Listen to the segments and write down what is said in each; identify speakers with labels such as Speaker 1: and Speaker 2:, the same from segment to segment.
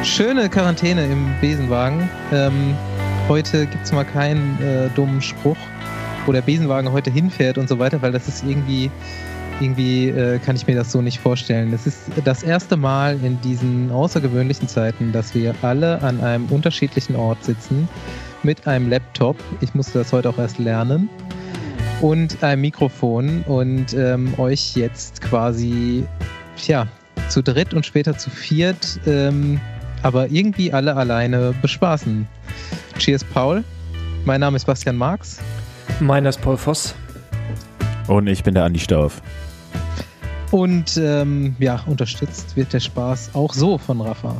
Speaker 1: Schöne Quarantäne im Besenwagen. Heute gibt es mal keinen dummen Spruch, wo der Besenwagen heute hinfährt und so weiter, weil das ist irgendwie kann ich mir das so nicht vorstellen. Es ist das erste Mal in diesen außergewöhnlichen Zeiten, dass wir alle an einem unterschiedlichen Ort sitzen, mit einem Laptop, ich musste das heute auch erst lernen, und einem Mikrofon und euch jetzt quasi, zu dritt und später zu viert, aber irgendwie alle alleine bespaßen. Cheers, Paul. Mein Name ist Bastian Marx.
Speaker 2: Meiner ist Paul Voss.
Speaker 3: Und ich bin der Andi Stauf.
Speaker 1: Und unterstützt wird der Spaß auch so von Rafa.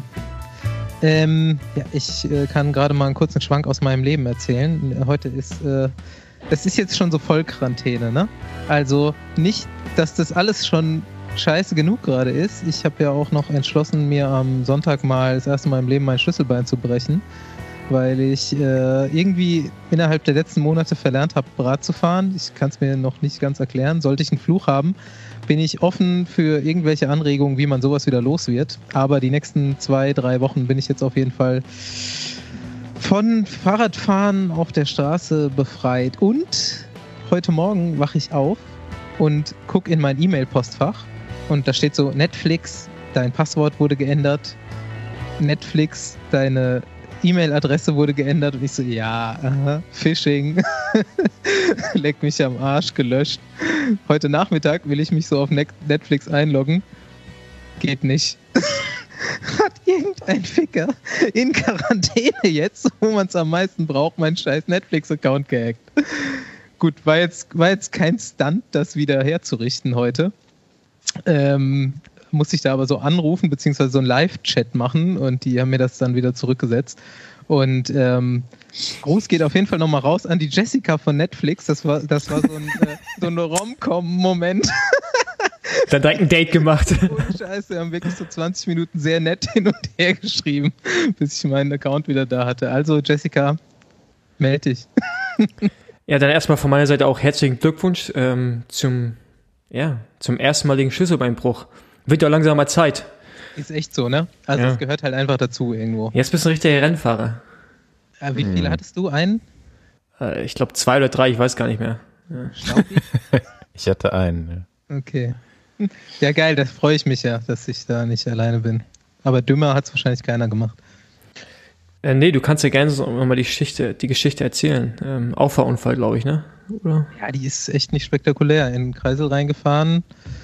Speaker 1: Ich kann gerade mal einen kurzen Schwank aus meinem Leben erzählen. Heute ist, es ist jetzt schon so Vollquarantäne, ne? Also nicht, dass das alles schon scheiße genug gerade ist. Ich habe ja auch noch entschlossen, mir am Sonntag mal das erste Mal im Leben mein Schlüsselbein zu brechen, weil ich irgendwie innerhalb der letzten Monate verlernt habe, Rad zu fahren. Ich kann es mir noch nicht ganz erklären. Sollte ich einen Fluch haben, bin ich offen für irgendwelche Anregungen, wie man sowas wieder los wird. Aber die nächsten 2-3 Wochen bin ich jetzt auf jeden Fall von Fahrradfahren auf der Straße befreit. Und heute Morgen wache ich auf und gucke in mein E-Mail-Postfach und da steht so: Netflix, dein Passwort wurde geändert. Netflix, deine E-Mail-Adresse wurde geändert. Und ich so, Phishing. Leck mich am Arsch, gelöscht. Heute Nachmittag will ich mich so auf Netflix einloggen. Geht nicht. Hat irgendein Ficker in Quarantäne jetzt, wo man es am meisten braucht, meinen scheiß Netflix-Account gehackt. Gut, war jetzt kein Stunt, das wieder herzurichten heute. Musste ich da aber so anrufen, beziehungsweise so einen Live-Chat machen und die haben mir das dann wieder zurückgesetzt. Und Gruß geht auf jeden Fall nochmal raus an die Jessica von Netflix. Das war so ein Rom-Com-Moment.
Speaker 2: Dann direkt ein Date gemacht.
Speaker 1: Ohne Scheiße, wir haben wirklich so 20 Minuten sehr nett hin und her geschrieben, bis ich meinen Account wieder da hatte. Also Jessica, melde dich.
Speaker 2: Ja, dann erstmal von meiner Seite auch herzlichen Glückwunsch zum erstmaligen Schlüsselbeinbruch. Wird doch langsam mal Zeit.
Speaker 1: Ist echt so, ne? Also es gehört halt einfach dazu irgendwo.
Speaker 2: Jetzt bist du ein richtiger Rennfahrer.
Speaker 1: Wie viele hattest du? Einen?
Speaker 2: Ich glaube 2 oder 3, ich weiß gar nicht mehr. Ja.
Speaker 3: Ich hatte einen.
Speaker 1: Ja. Okay. Ja, geil, da freue ich mich ja, dass ich da nicht alleine bin. Aber dümmer hat es wahrscheinlich keiner gemacht.
Speaker 2: Nee, du kannst ja gerne nochmal die Geschichte erzählen. Auffahrunfall, glaube ich, ne? Oder?
Speaker 1: Ja, die ist echt nicht spektakulär. In den Kreisel reingefahren.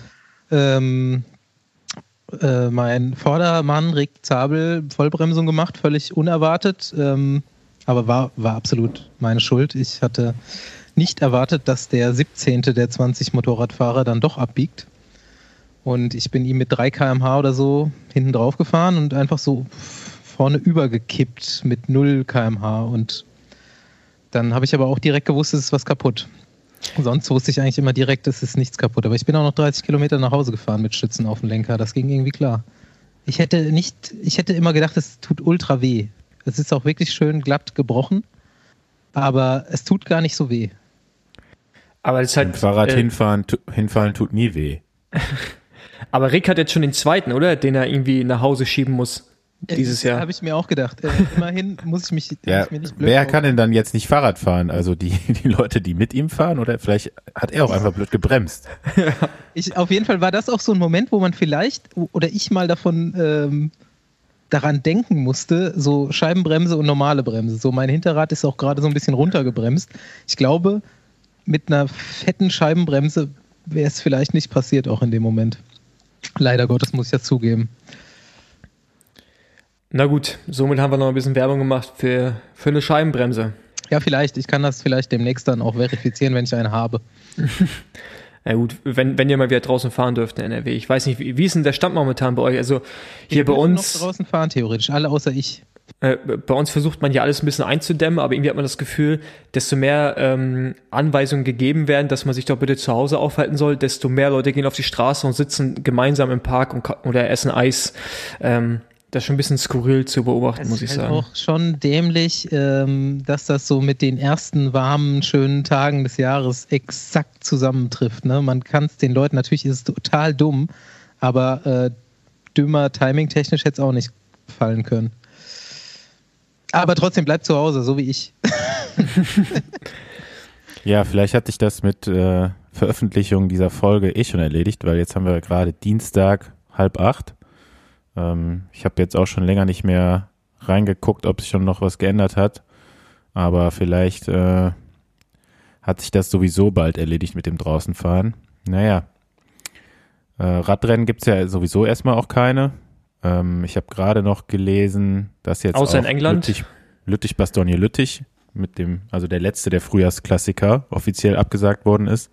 Speaker 1: Mein Vordermann, Rick Zabel, Vollbremsung gemacht, völlig unerwartet. Aber war absolut meine Schuld. Ich hatte nicht erwartet, dass der 17. der 20 Motorradfahrer dann doch abbiegt. Und ich bin ihm mit 3 km/h oder so hinten drauf gefahren und einfach so vorne übergekippt mit 0 km/h. Und dann habe ich aber auch direkt gewusst, es ist was kaputt. Sonst wusste ich eigentlich immer direkt, es ist nichts kaputt. Aber ich bin auch noch 30 Kilometer nach Hause gefahren mit Stützen auf dem Lenker. Das ging irgendwie klar. Ich hätte immer gedacht, es tut ultra weh. Es ist auch wirklich schön glatt gebrochen. Aber es tut gar nicht so weh.
Speaker 2: Aber es ist halt,
Speaker 3: Fahrrad hinfallen tut nie weh.
Speaker 2: Aber Rick hat jetzt schon den zweiten, oder? Den er irgendwie nach Hause schieben muss dieses Jahr.
Speaker 1: Habe ich mir auch gedacht. Immerhin muss ich mich nicht blöd
Speaker 3: wer kann denn dann jetzt nicht Fahrrad fahren? Also die Leute, die mit ihm fahren? Oder vielleicht hat er auch einfach blöd gebremst.
Speaker 1: Auf jeden Fall war das auch so ein Moment, wo man vielleicht, oder ich mal daran denken musste, so Scheibenbremse und normale Bremse. So mein Hinterrad ist auch gerade so ein bisschen runtergebremst. Ich glaube, mit einer fetten Scheibenbremse wäre es vielleicht nicht passiert, auch in dem Moment. Leider Gottes, muss ich ja zugeben.
Speaker 2: Na gut, somit haben wir noch ein bisschen Werbung gemacht für eine Scheibenbremse.
Speaker 1: Ja, vielleicht. Ich kann das vielleicht demnächst dann auch verifizieren, wenn ich eine habe.
Speaker 2: Na gut, wenn ihr mal wieder draußen fahren dürft in NRW. Ich weiß nicht, wie ist denn der Stand momentan bei euch? Also hier bei uns...
Speaker 1: noch draußen fahren, theoretisch. Alle außer ich.
Speaker 2: Bei uns versucht man ja alles ein bisschen einzudämmen, aber irgendwie hat man das Gefühl, desto mehr Anweisungen gegeben werden, dass man sich doch bitte zu Hause aufhalten soll, desto mehr Leute gehen auf die Straße und sitzen gemeinsam im Park oder essen Eis. Das ist schon ein bisschen skurril zu beobachten, muss ich sagen.
Speaker 1: Es ist auch schon dämlich, dass das so mit den ersten warmen, schönen Tagen des Jahres exakt zusammentrifft. Ne? Man kann es den Leuten, natürlich ist es total dumm, aber dümmer timing-technisch hätte es auch nicht fallen können. Aber trotzdem bleibt zu Hause, so wie ich.
Speaker 3: Ja, vielleicht hat sich das mit Veröffentlichung dieser Folge schon erledigt, weil jetzt haben wir gerade Dienstag 7:30. Ich habe jetzt auch schon länger nicht mehr reingeguckt, ob sich schon noch was geändert hat. Aber vielleicht hat sich das sowieso bald erledigt mit dem Draußenfahren. Naja, Radrennen gibt's ja sowieso erstmal auch keine. Ich habe gerade noch gelesen, dass jetzt
Speaker 2: außer
Speaker 3: auch
Speaker 2: in England
Speaker 3: Lüttich-Bastogne-Lüttich mit dem, also der letzte der Frühjahrsklassiker offiziell abgesagt worden ist.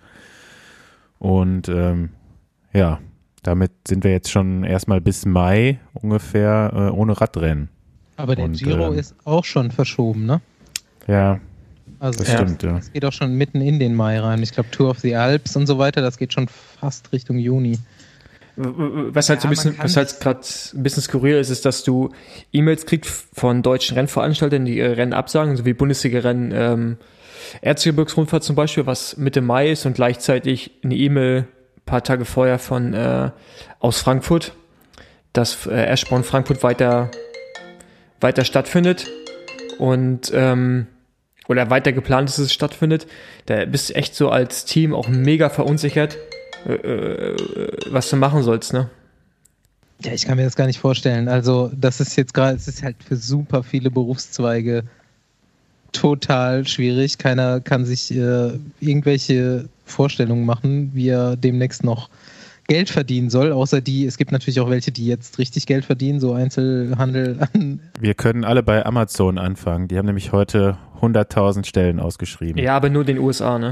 Speaker 3: Und ja, damit sind wir jetzt schon erstmal bis Mai ungefähr ohne Radrennen.
Speaker 1: Aber der Giro ist auch schon verschoben, ne?
Speaker 3: Ja,
Speaker 1: also
Speaker 3: das stimmt, ja.
Speaker 1: Das geht auch schon mitten in den Mai rein. Ich glaube, Tour of the Alps und so weiter, das geht schon fast Richtung Juni.
Speaker 2: Was halt was halt gerade ein bisschen skurril ist, ist, dass du E-Mails kriegst von deutschen Rennveranstaltern, die ihre Rennen absagen, so wie Bundesliga-Rennen Erzgebirgsrundfahrt zum Beispiel, was Mitte Mai ist, und gleichzeitig eine E-Mail ein paar Tage vorher von aus Frankfurt, dass Eschborn Frankfurt weiter stattfindet und oder weiter geplant ist, dass es stattfindet. Da bist du echt so als Team auch mega verunsichert, was du machen sollst, ne?
Speaker 1: Ja, ich kann mir das gar nicht vorstellen. Also, das ist jetzt gerade, es ist halt für super viele Berufszweige total schwierig. Keiner kann sich irgendwelche Vorstellungen machen, wie er demnächst noch Geld verdienen soll, außer es gibt natürlich auch welche, die jetzt richtig Geld verdienen, so Einzelhandel.
Speaker 3: Wir können alle bei Amazon anfangen. Die haben nämlich heute 100.000 Stellen ausgeschrieben.
Speaker 2: Ja, aber nur den USA, ne?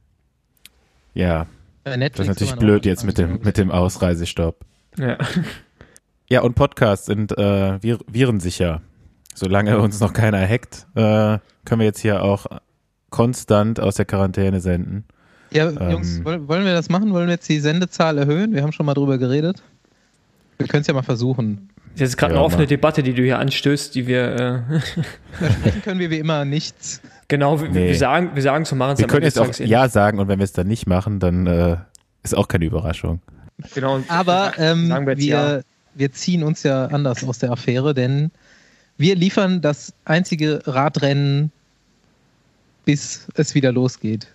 Speaker 3: Ja.
Speaker 1: Netflix
Speaker 3: Das ist natürlich blöd jetzt mit dem Ausreisestopp.
Speaker 2: Ja.
Speaker 3: Ja, und Podcasts sind virensicher. Solange uns noch keiner hackt, können wir jetzt hier auch konstant aus der Quarantäne senden.
Speaker 1: Ja, Jungs, wollen wir das machen? Wollen wir jetzt die Sendezahl erhöhen? Wir haben schon mal drüber geredet. Wir können es ja mal versuchen.
Speaker 2: Das ist gerade eine offene Debatte, die du hier anstößt, die wir
Speaker 1: versprechen können wir wie immer nichts.
Speaker 2: Genau, wir sagen so, machen es.
Speaker 3: Wir können jetzt auch Ja sagen, und wenn wir es dann nicht machen, dann ist auch keine Überraschung.
Speaker 2: Genau.
Speaker 1: Aber wir ziehen uns ja anders aus der Affäre, denn wir liefern das einzige Radrennen, bis es wieder losgeht.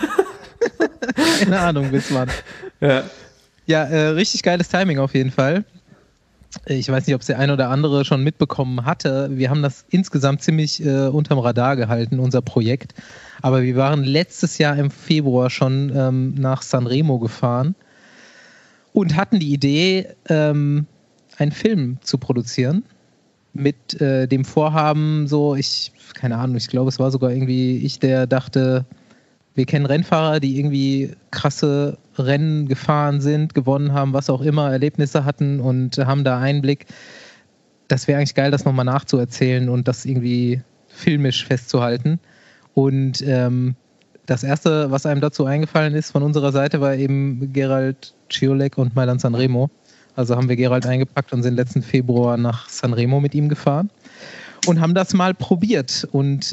Speaker 1: Keine Ahnung, bis wann. Ja, richtig geiles Timing auf jeden Fall. Ich weiß nicht, ob es der ein oder andere schon mitbekommen hatte. Wir haben das insgesamt ziemlich unterm Radar gehalten, unser Projekt. Aber wir waren letztes Jahr im Februar schon nach Sanremo gefahren und hatten die Idee, einen Film zu produzieren. Mit dem Vorhaben, keine Ahnung, ich glaube, es war sogar irgendwie ich, der dachte, wir kennen Rennfahrer, die irgendwie krasse Rennen gefahren sind, gewonnen haben, was auch immer, Erlebnisse hatten und haben da Einblick. Das wäre eigentlich geil, das nochmal nachzuerzählen und das irgendwie filmisch festzuhalten. Und das Erste, was einem dazu eingefallen ist von unserer Seite, war eben Gerald Ciolek und Milan Sanremo. Also haben wir Gerald eingepackt und sind letzten Februar nach Sanremo mit ihm gefahren und haben das mal probiert. Und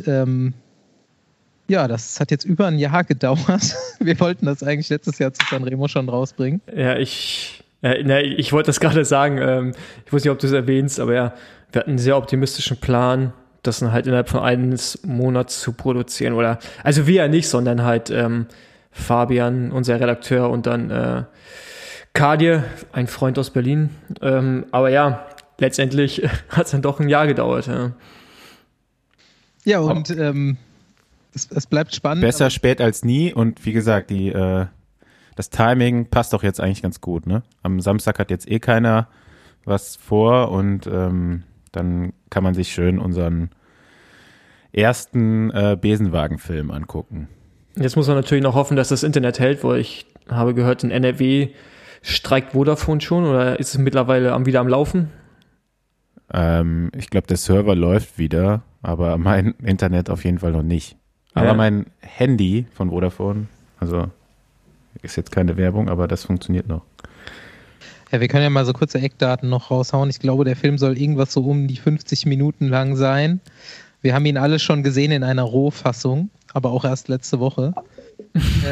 Speaker 1: ja, das hat jetzt über ein Jahr gedauert. Wir wollten das eigentlich letztes Jahr zu Sanremo schon rausbringen.
Speaker 2: Ja, ich wollte das gerade sagen. Ich weiß nicht, ob du es erwähnst, aber ja, wir hatten einen sehr optimistischen Plan, das dann halt innerhalb von eines Monats zu produzieren. Also wir ja nicht, sondern halt Fabian, unser Redakteur, und dann Kadir, ein Freund aus Berlin. Aber ja, letztendlich hat es dann doch ein Jahr gedauert.
Speaker 1: Ja, und es bleibt spannend.
Speaker 3: Besser spät als nie, und wie gesagt, das Timing passt doch jetzt eigentlich ganz gut, ne? Am Samstag hat jetzt keiner was vor, und dann kann man sich schön unseren ersten Besenwagen-Film angucken.
Speaker 2: Jetzt muss man natürlich noch hoffen, dass das Internet hält, weil ich habe gehört, in NRW streikt Vodafone schon, oder ist es mittlerweile wieder am Laufen?
Speaker 3: Ich glaube, der Server läuft wieder, aber mein Internet auf jeden Fall noch nicht. Aber mein Handy von Vodafone, also ist jetzt keine Werbung, aber das funktioniert noch.
Speaker 1: Ja, wir können ja mal so kurze Eckdaten noch raushauen. Ich glaube, der Film soll irgendwas so um die 50 Minuten lang sein. Wir haben ihn alle schon gesehen in einer Rohfassung, aber auch erst letzte Woche.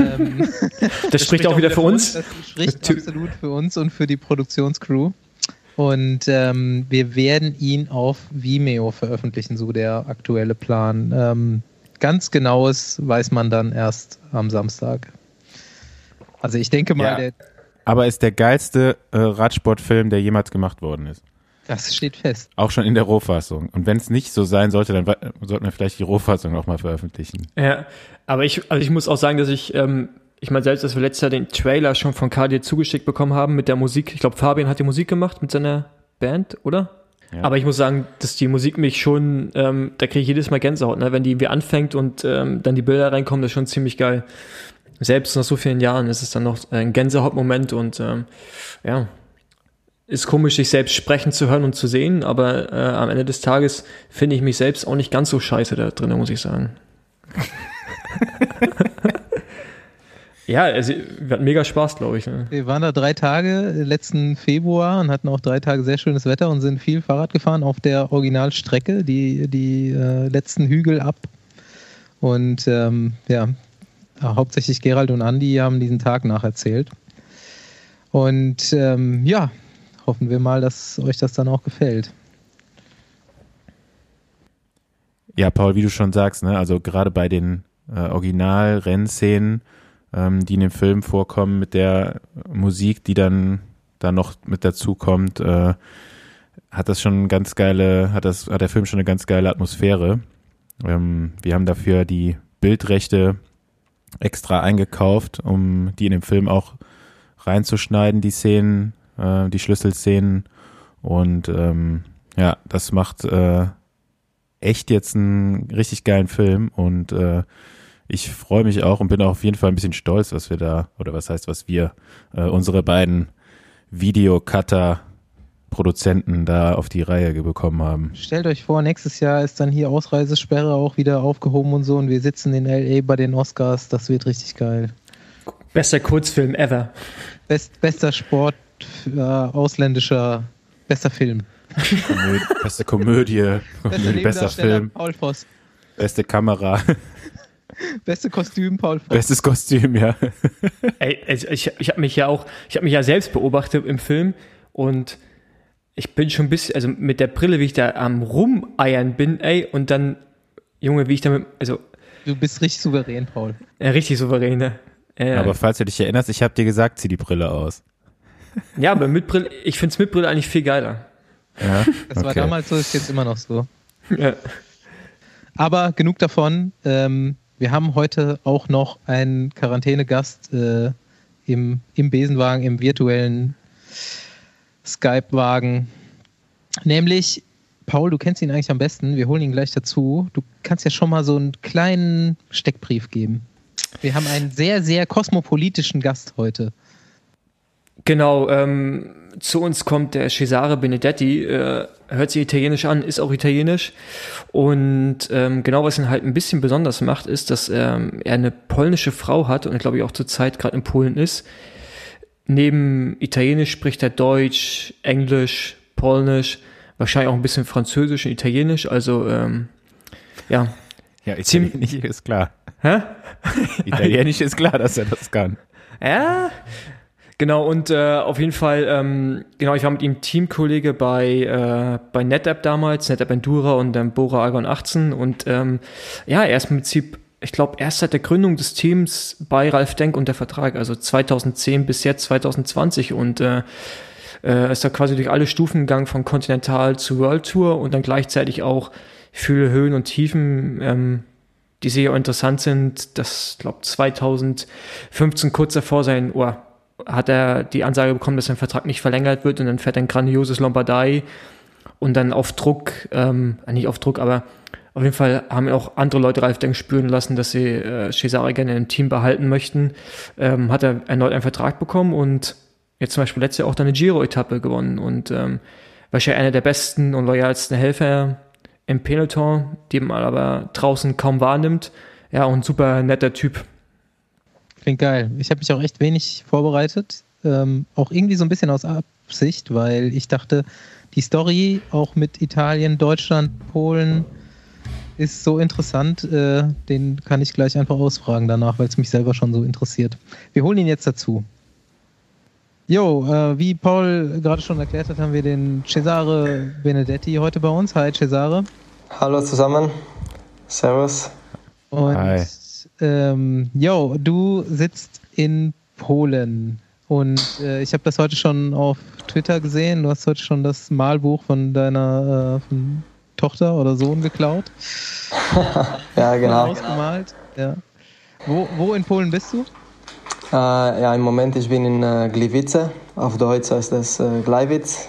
Speaker 2: Das spricht auch wieder für uns.
Speaker 1: Das spricht absolut für uns und für die Produktionscrew. Und wir werden ihn auf Vimeo veröffentlichen, so der aktuelle Plan. Ganz genaues weiß man dann erst am Samstag. Also ich denke mal,
Speaker 3: aber ist der geilste Radsportfilm, der jemals gemacht worden ist.
Speaker 1: Das steht fest.
Speaker 3: Auch schon in der Rohfassung. Und wenn es nicht so sein sollte, dann sollten wir vielleicht die Rohfassung noch mal veröffentlichen.
Speaker 2: Ja, aber ich muss auch sagen, dass ich meine, selbst als wir letztes Jahr den Trailer schon von Cardiel zugeschickt bekommen haben mit der Musik, ich glaube Fabian hat die Musik gemacht mit seiner Band, oder? Ja. Aber ich muss sagen, dass die Musik mich schon, da kriege ich jedes Mal Gänsehaut, ne? Wenn die irgendwie anfängt und dann die Bilder reinkommen, das ist schon ziemlich geil. Selbst nach so vielen Jahren ist es dann noch ein Gänsehautmoment und ja, ist komisch, sich selbst sprechen zu hören und zu sehen, aber am Ende des Tages finde ich mich selbst auch nicht ganz so scheiße da drin, muss ich sagen. Ja, also wir hatten mega Spaß, glaube ich. Ne?
Speaker 1: Wir waren da 3 Tage letzten Februar und hatten auch 3 Tage sehr schönes Wetter und sind viel Fahrrad gefahren auf der Originalstrecke, die letzten Hügel ab. Und ja, hauptsächlich Gerald und Andi haben diesen Tag nacherzählt. Und ja, hoffen wir mal, dass euch das dann auch gefällt.
Speaker 3: Ja, Paul, wie du schon sagst, ne, also gerade bei den Original-Rennszenen, die in dem Film vorkommen, mit der Musik, die dann noch mit dazu kommt, hat der Film schon eine ganz geile Atmosphäre. Wir haben dafür die Bildrechte extra eingekauft, um die in dem Film auch reinzuschneiden, die Szenen, die Schlüsselszenen. Und ja, das macht echt jetzt einen richtig geilen Film und ich freue mich auch und bin auch auf jeden Fall ein bisschen stolz, was wir unsere beiden Videocutter-Produzenten da auf die Reihe bekommen haben.
Speaker 1: Stellt euch vor, nächstes Jahr ist dann hier Ausreisesperre auch wieder aufgehoben und so und wir sitzen in L.A. bei den Oscars, das wird richtig geil.
Speaker 2: Bester Kurzfilm ever.
Speaker 1: Bester Sport, ausländischer, bester Film.
Speaker 3: Beste Komödie, bester Film.
Speaker 1: Paul Voss.
Speaker 3: Beste Kamera.
Speaker 1: Beste Kostüm, Paul Voss.
Speaker 3: Bestes Kostüm, ja.
Speaker 2: Ey, also ich habe mich ja selbst beobachtet im Film und ich bin schon ein bisschen, also mit der Brille, wie ich da am Rumeiern bin, ey, und dann, Junge, wie ich damit, also.
Speaker 1: Du bist richtig souverän, Paul.
Speaker 2: Ja, richtig souverän, ne?
Speaker 3: Aber falls du dich erinnerst, ich habe dir gesagt, zieh die Brille aus.
Speaker 2: Ja, aber mit Brille, ich find's mit Brille eigentlich viel geiler.
Speaker 1: Ja, das war damals so, ist jetzt immer noch so.
Speaker 2: Ja.
Speaker 1: Aber genug davon. Wir haben heute auch noch einen Quarantänegast im Besenwagen, im virtuellen Skype-Wagen. Nämlich, Paul, du kennst ihn eigentlich am besten. Wir holen ihn gleich dazu. Du kannst ja schon mal so einen kleinen Steckbrief geben. Wir haben einen sehr, sehr kosmopolitischen Gast heute.
Speaker 2: Genau, zu uns kommt der Cesare Benedetti, hört sich italienisch an, ist auch italienisch und genau, was ihn halt ein bisschen besonders macht, ist, dass er eine polnische Frau hat und glaube ich auch zurzeit gerade in Polen ist. Neben Italienisch spricht er Deutsch, Englisch, Polnisch, wahrscheinlich auch ein bisschen Französisch und Italienisch, also ja.
Speaker 3: Ja, Italienisch ist klar.
Speaker 2: Hä?
Speaker 3: Italienisch ist klar, dass er das kann.
Speaker 2: Ja, genau, und auf jeden Fall, genau, ich war mit ihm Teamkollege bei NetApp damals, NetApp Endura und dann Bora Argon 18 und ja, er ist im Prinzip, ich glaube, erst seit der Gründung des Teams bei Ralf Denk und der Vertrag, also 2010 bis jetzt 2020 und ist da quasi durch alle Stufen gegangen, von Continental zu World Tour und dann gleichzeitig auch viele Höhen und Tiefen, die sehr interessant sind. Das, glaube 2015 kurz davor hat er die Ansage bekommen, dass sein Vertrag nicht verlängert wird und dann fährt ein grandioses Lombardei und dann auf Druck, nicht auf Druck, aber auf jeden Fall haben auch andere Leute Ralf Denk spüren lassen, dass sie Cesare gerne im Team behalten möchten. Hat er erneut einen Vertrag bekommen und jetzt zum Beispiel letztes Jahr auch eine Giro-Etappe gewonnen und wahrscheinlich einer der besten und loyalsten Helfer im Peloton, die man aber draußen kaum wahrnimmt. Ja, und super netter Typ.
Speaker 1: Klingt geil. Ich habe mich auch echt wenig vorbereitet. Auch irgendwie so ein bisschen aus Absicht, weil ich dachte, die Story auch mit Italien, Deutschland, Polen ist so interessant. Den kann ich gleich einfach ausfragen danach, weil es mich selber schon so interessiert. Wir holen ihn jetzt dazu. Wie Paul gerade schon erklärt hat, haben wir den Cesare Benedetti heute bei uns. Hi Cesare.
Speaker 4: Hallo zusammen. Servus.
Speaker 1: Und hi. Du sitzt in Polen und ich habe das heute schon auf Twitter gesehen. Du hast heute schon das Malbuch von deiner von Tochter oder Sohn geklaut.
Speaker 4: Ja, genau.
Speaker 1: Ausgemalt. Ja. Wo in Polen bist du?
Speaker 4: Im Moment ich bin in Gliwice. Auf Deutsch heißt das Gleiwitz.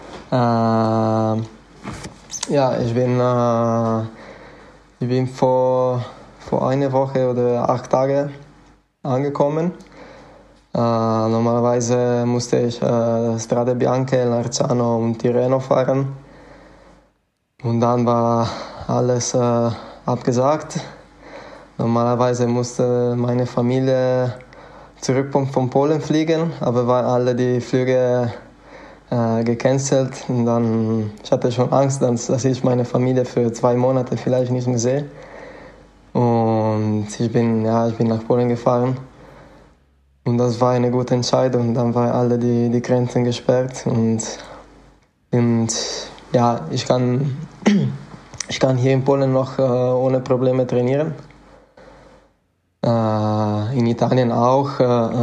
Speaker 4: Ich bin vor einer Woche oder 8 Tagen angekommen. Normalerweise musste ich Strade Bianche, Larzano und Tirreno fahren. Und dann war alles abgesagt. Normalerweise musste meine Familie zurück von Polen fliegen, aber waren alle die Flüge gecancelt. Und dann, ich hatte schon Angst, dass ich meine Familie für 2 Monate vielleicht nicht mehr sehe. Und ich bin nach Polen gefahren. Und das war eine gute Entscheidung. Dann waren alle die Grenzen gesperrt. Und ich kann hier in Polen noch ohne Probleme trainieren. In Italien auch.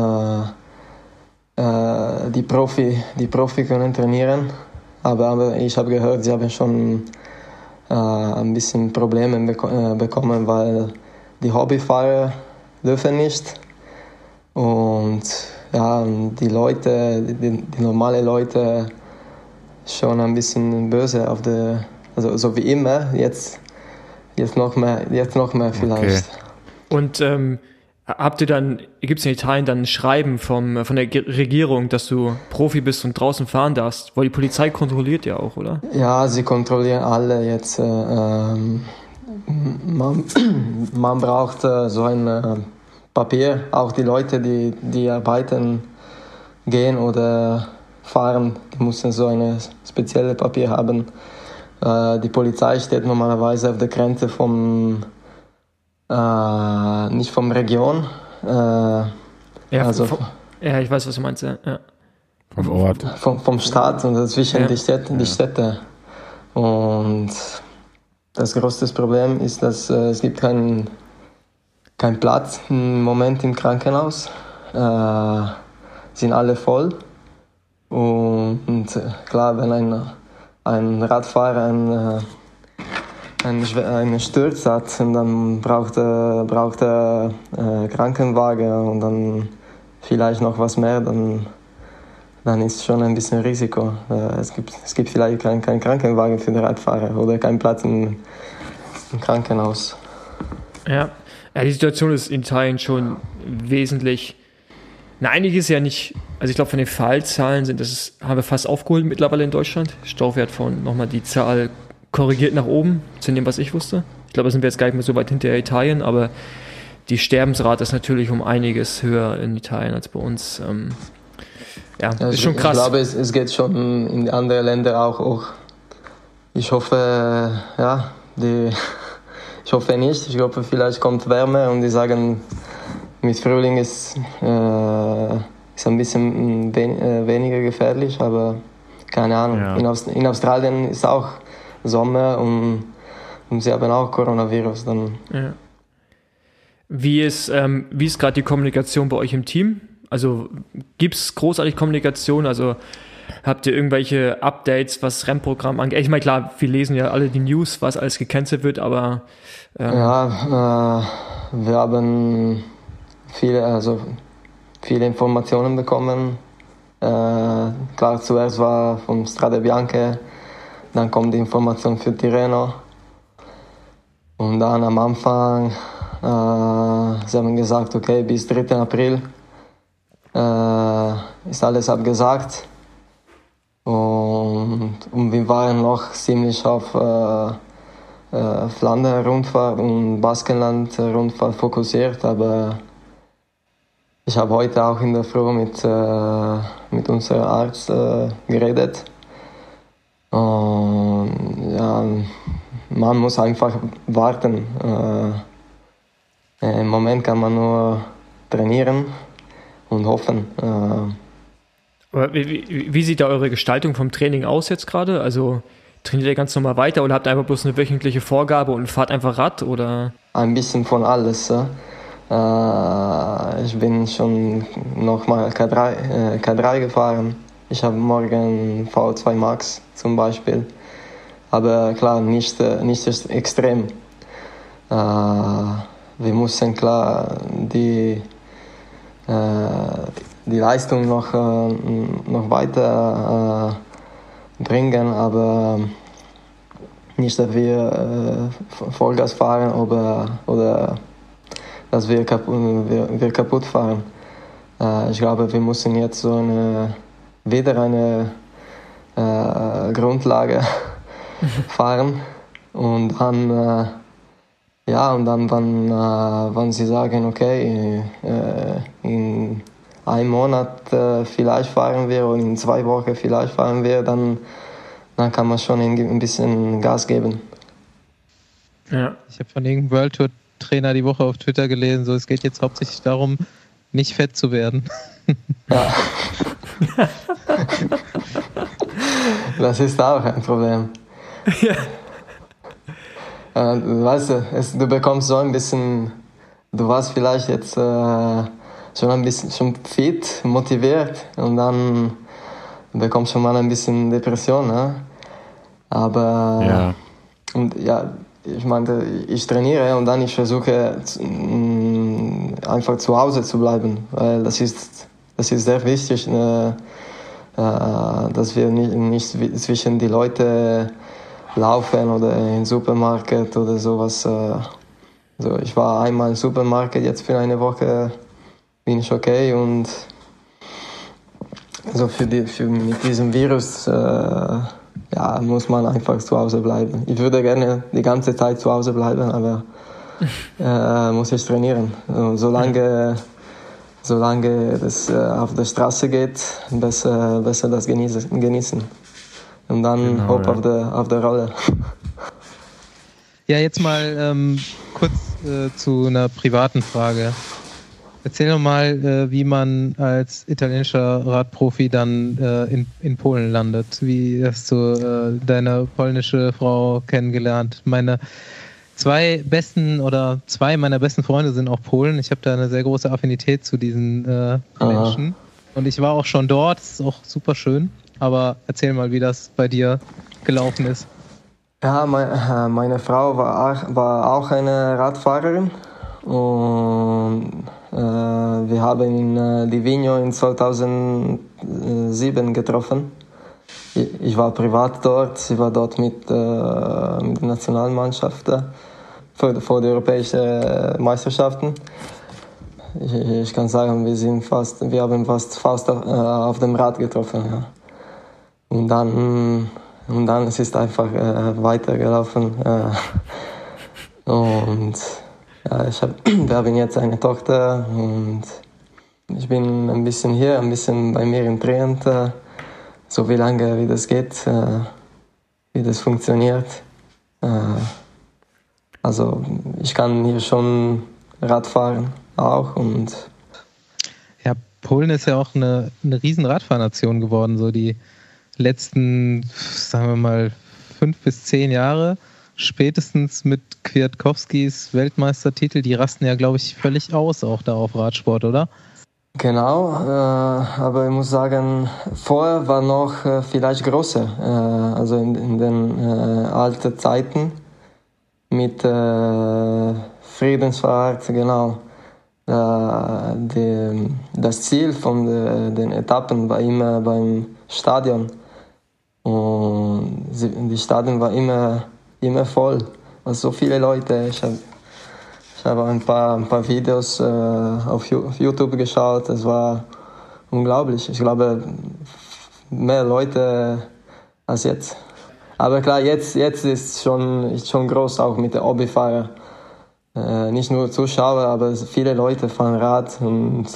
Speaker 4: Die Profi können trainieren. Aber ich habe gehört, sie haben schon ein bisschen Probleme bekommen, weil die Hobbyfahrer dürfen nicht. Und die Leute, die normalen Leute, schon ein bisschen böse also so wie immer, jetzt noch mehr vielleicht.
Speaker 2: Okay. Und gibt es in Italien dann ein Schreiben von der Regierung, dass du Profi bist und draußen fahren darfst? Weil die Polizei kontrolliert ja auch, oder?
Speaker 4: Ja, sie kontrollieren alle jetzt. Man braucht so ein Papier, auch die Leute, die arbeiten gehen oder fahren, die müssen so ein spezielles Papier haben. Die Polizei steht normalerweise auf der Grenze nicht vom Region.
Speaker 2: Ich weiß, was du meinst. Ja.
Speaker 3: Vom Ort.
Speaker 4: Vom Staat und dazwischen die Städte. Und das größte Problem ist, dass es gibt keinen Platz im Moment im Krankenhaus. Sind alle voll. Und klar, wenn ein Radfahrer einen Sturz hat, und dann braucht er Krankenwagen und dann vielleicht noch was mehr, dann ist schon ein bisschen Risiko. Es gibt vielleicht keinen Krankenwagen für den Radfahrer oder keinen Platz im Krankenhaus.
Speaker 2: Ja, die Situation ist in Italien schon wesentlich. Einiges ja nicht. Also ich glaube, von den Fallzahlen haben wir fast aufgeholt mittlerweile in Deutschland. Staufe hat von nochmal die Zahl korrigiert nach oben, zu dem, was ich wusste. Ich glaube, da sind wir jetzt gar nicht mehr so weit hinter Italien, aber die Sterbensrate ist natürlich um einiges höher in Italien als bei uns. Ist schon krass.
Speaker 4: Ich glaube, es geht schon in andere Länder auch hoch. Ich hoffe, ich hoffe nicht. Ich hoffe, vielleicht kommt Wärme und die sagen, mit Frühling ist ein bisschen weniger gefährlich, aber keine Ahnung. Ja. In Australien ist auch Sommer und sie haben auch Coronavirus. Dann.
Speaker 2: Ja. Wie ist gerade die Kommunikation bei euch im Team? Also gibt es großartig Kommunikation? Also habt ihr irgendwelche Updates, was Rennprogramm angeht? Ich meine, klar, wir lesen ja alle die News, was alles gecancelt wird, aber
Speaker 4: wir haben viele Informationen bekommen. Klar, zuerst war vom Strade Bianche, dann kommt die Information für Tirreno. Und dann am Anfang, sie haben gesagt, okay, bis 3. April ist alles abgesagt. Und wir waren noch ziemlich auf Flandern-Rundfahrt und Baskenland-Rundfahrt fokussiert, aber ich habe heute auch in der Früh mit unserem Arzt geredet. Und ja, man muss einfach warten. Im Moment kann man nur trainieren und hoffen.
Speaker 2: Wie sieht da eure Gestaltung vom Training aus jetzt gerade? Also trainiert ihr ganz normal weiter oder habt ihr einfach bloß eine wöchentliche Vorgabe und fahrt einfach Rad? Oder?
Speaker 4: Ein bisschen von alles. Ich bin schon nochmal K3 gefahren. Ich habe morgen V2 Max zum Beispiel. Aber klar, nicht extrem. Wir mussten klar die Leistung noch weiter bringen, aber nicht, dass wir Vollgas fahren oder dass wir kaputt fahren. Ich glaube, wir müssen jetzt wieder eine Grundlage fahren und dann wenn sie sagen, okay, in einem Monat vielleicht fahren wir und in 2 Wochen vielleicht fahren wir, dann kann man schon ein bisschen Gas geben.
Speaker 1: Ja. Ich habe von irgendeinem World Tour Trainer die Woche auf Twitter gelesen, so es geht jetzt hauptsächlich darum, nicht fett zu werden.
Speaker 4: Ja. Das ist auch ein Problem. Ja. Weißt du, du bekommst so ein bisschen, du warst vielleicht jetzt schon ein bisschen schon fit, motiviert und dann bekommst du schon mal ein bisschen Depression, ne? Aber
Speaker 3: ja.
Speaker 4: Und ja, ich meinte, ich trainiere und dann ich versuche einfach zu Hause zu bleiben, weil das ist sehr wichtig, dass wir nicht zwischen die Leute laufen oder im Supermarkt oder sowas. So, ich war einmal im Supermarkt, jetzt für eine Woche bin ich okay und so mit diesem Virus muss man einfach zu Hause bleiben. Ich würde gerne die ganze Zeit zu Hause bleiben, aber muss ich trainieren. Solange das auf der Straße geht, besser das genießen. Und dann
Speaker 3: genau,
Speaker 4: hopp auf der Rolle.
Speaker 1: Ja, jetzt mal kurz zu einer privaten Frage. Erzähl doch mal, wie man als italienischer Radprofi dann in Polen landet. Wie hast du deine polnische Frau kennengelernt? Zwei meiner besten Freunde sind auch Polen. Ich habe da eine sehr große Affinität zu diesen Menschen. Und ich war auch schon dort. Das ist auch super schön. Aber erzähl mal, wie das bei dir gelaufen ist.
Speaker 4: Ja, meine Frau war auch eine Radfahrerin. Und wir haben in Livigno in 2007 getroffen. Ich war privat dort, sie war dort mit der Nationalmannschaft vor den europäischen Meisterschaften. Ich kann sagen, wir haben fast auf dem Rad getroffen. Ja. Und dann es ist einfach weitergelaufen. Und ja, wir haben jetzt eine Tochter und ich bin ein bisschen hier, ein bisschen bei mir in Trient, so wie lange wie das geht, wie das funktioniert. Also ich kann hier schon Rad fahren auch und
Speaker 1: ja, Polen ist ja auch eine riesen Radfahrnation geworden, so die letzten, sagen wir mal, 5 bis 10 Jahre, spätestens mit Kwiatkowskis Weltmeistertitel, die rasten ja, glaube ich, völlig aus, auch da auf Radsport, oder?
Speaker 4: Genau, aber ich muss sagen, vorher war noch vielleicht größer, also in den alten Zeiten mit Friedensfahrt, genau. Das Ziel von den Etappen war immer beim Stadion. Und die Stadion war immer voll. Also so viele Leute. Ich habe ein paar Videos auf YouTube geschaut. Es war unglaublich. Ich glaube, mehr Leute als jetzt. Aber klar, jetzt ist schon groß, auch mit den Hobbyfahrern. Nicht nur Zuschauer, aber viele Leute fahren Rad und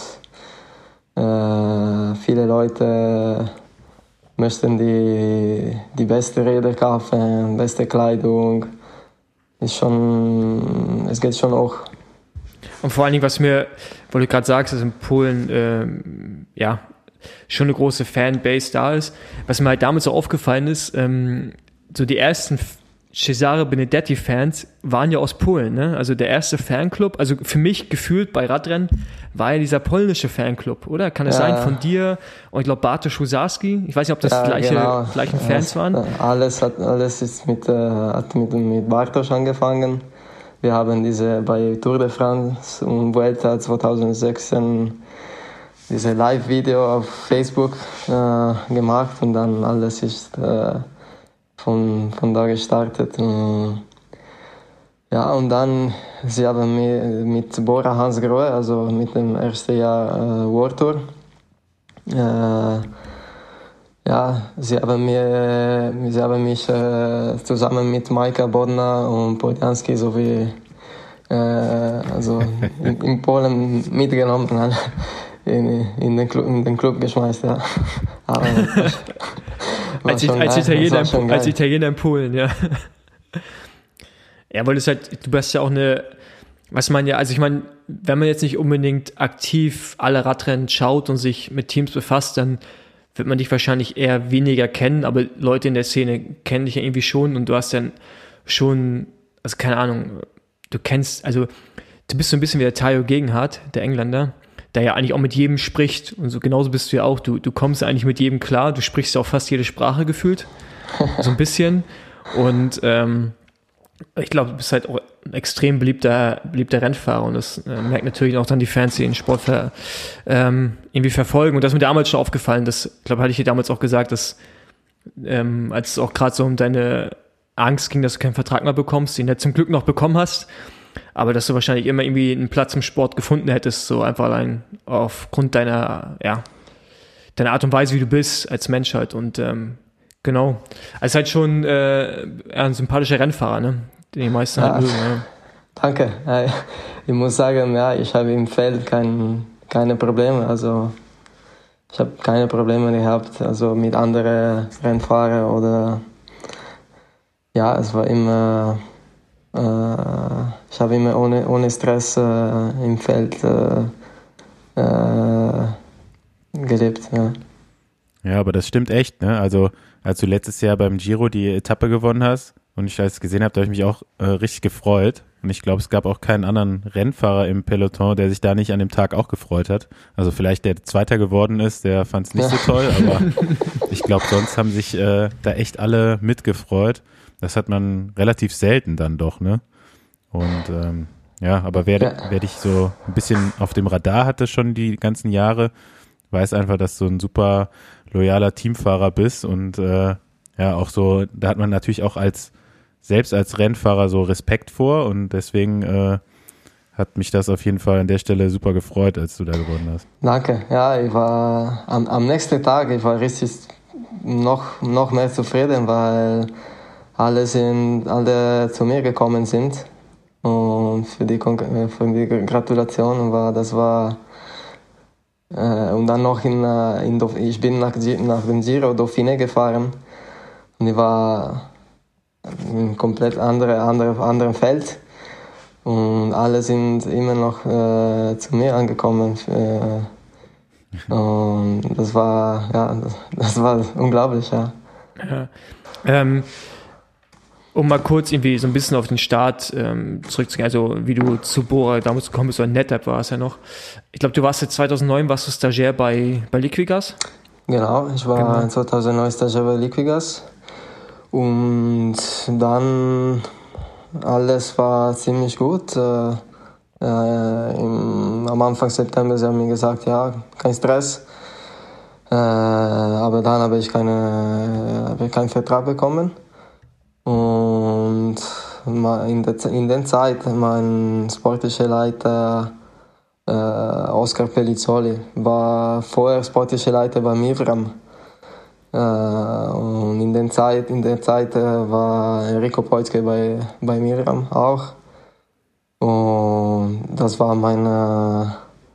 Speaker 4: viele Leute möchten die beste Räder kaufen, beste Kleidung. Es geht schon auch.
Speaker 2: Und vor allen Dingen, weil du gerade sagst, ist in Polen schon eine große Fanbase da ist. Was mir halt damals so aufgefallen ist, so die ersten Cesare Benedetti-Fans waren ja aus Polen, ne? Also der erste Fanclub, also für mich gefühlt bei Radrennen, war ja dieser polnische Fanclub, oder? Kann es sein, von dir und ich glaube Bartosz Husarski? Ich weiß nicht, ob das gleichen Fans waren.
Speaker 4: Alles ist hat mit Bartosz angefangen. Wir haben bei Tour de France und Vuelta 2016 diese Live-Video auf Facebook gemacht und dann alles ist von da gestartet. Ja, und dann, sie haben mit Bora Hansgrohe, also mit dem ersten Jahr World Tour, sie haben mich zusammen mit Majka Bodnar und Poljanski sowie in Polen mitgenommen, in den Club geschmeißt, ja. Aber
Speaker 2: als Italiener in Polen, ja. Ja, weil du bist ja auch also ich meine, wenn man jetzt nicht unbedingt aktiv alle Radrennen schaut und sich mit Teams befasst, dann wird man dich wahrscheinlich eher weniger kennen, aber Leute in der Szene kennen dich ja irgendwie schon und du hast dann schon, also keine Ahnung, du bist so ein bisschen wie der Tayo Gegenhardt, der Engländer, der ja eigentlich auch mit jedem spricht und so genauso bist du ja auch, du kommst eigentlich mit jedem klar, du sprichst auch fast jede Sprache gefühlt, so ein bisschen und ich glaube, du bist halt auch ein extrem beliebter Rennfahrer und das merkt natürlich auch dann die Fans, die den Sport irgendwie verfolgen und das ist mir damals schon aufgefallen, das, glaube hatte ich dir damals auch gesagt, dass als es auch gerade so um deine Angst ging, dass du keinen Vertrag mehr bekommst, den du zum Glück noch bekommen hast, aber dass du wahrscheinlich immer irgendwie einen Platz im Sport gefunden hättest, so einfach allein aufgrund deiner Art und Weise, wie du bist als Mensch halt. Und genau. Also halt schon ein sympathischer Rennfahrer, ne? Den die meisten halt mögen. Ja.
Speaker 4: Danke. Ich muss sagen, ich habe im Feld keine Probleme. Also ich habe keine Probleme gehabt, also mit anderen Rennfahrern oder es war immer ich habe immer ohne Stress im Feld gelebt. Ja.
Speaker 3: Ja, aber das stimmt echt, ne? Also als du letztes Jahr beim Giro die Etappe gewonnen hast und ich das gesehen habe, da habe ich mich auch richtig gefreut. Und ich glaube, es gab auch keinen anderen Rennfahrer im Peloton, der sich da nicht an dem Tag auch gefreut hat. Also vielleicht der Zweiter geworden ist, der fand es nicht so toll, aber ich glaube, sonst haben sich da echt alle mitgefreut. Das hat man relativ selten dann doch, ne? Und aber wer dich so ein bisschen auf dem Radar hatte schon die ganzen Jahre, weiß einfach, dass du ein super loyaler Teamfahrer bist und auch so, da hat man natürlich auch selbst als Rennfahrer so Respekt vor und deswegen hat mich das auf jeden Fall an der Stelle super gefreut, als du da gewonnen hast.
Speaker 4: Danke. Ja, ich war am nächsten Tag, ich war richtig noch mehr zufrieden, weil alle zu mir gekommen sind und für die Gratulation und dann noch ich bin nach dem Giro Dauphiné gefahren und ich war in komplett anderem Feld und alle sind immer noch zu mir angekommen und das war unglaublich, ja.
Speaker 2: Um mal kurz irgendwie so ein bisschen auf den Start zurückzugehen, also wie du zu Bora damals gekommen bist, oder NetApp war es ja noch. Ich glaube, du warst jetzt 2009, warst du Stagiaire bei Liquigas?
Speaker 4: Genau, ich war 2009 Stagiaire bei Liquigas und dann alles war ziemlich gut. Am Anfang September sie haben mir gesagt, kein Stress, aber dann habe ich keinen Vertrag bekommen. Und in der Zeit mein sportlicher Leiter Oscar Pellizzoli war vorher sportlicher Leiter bei Mivram. Und in der Zeit war Enrico Poizke bei Mivram auch. Und das war meine,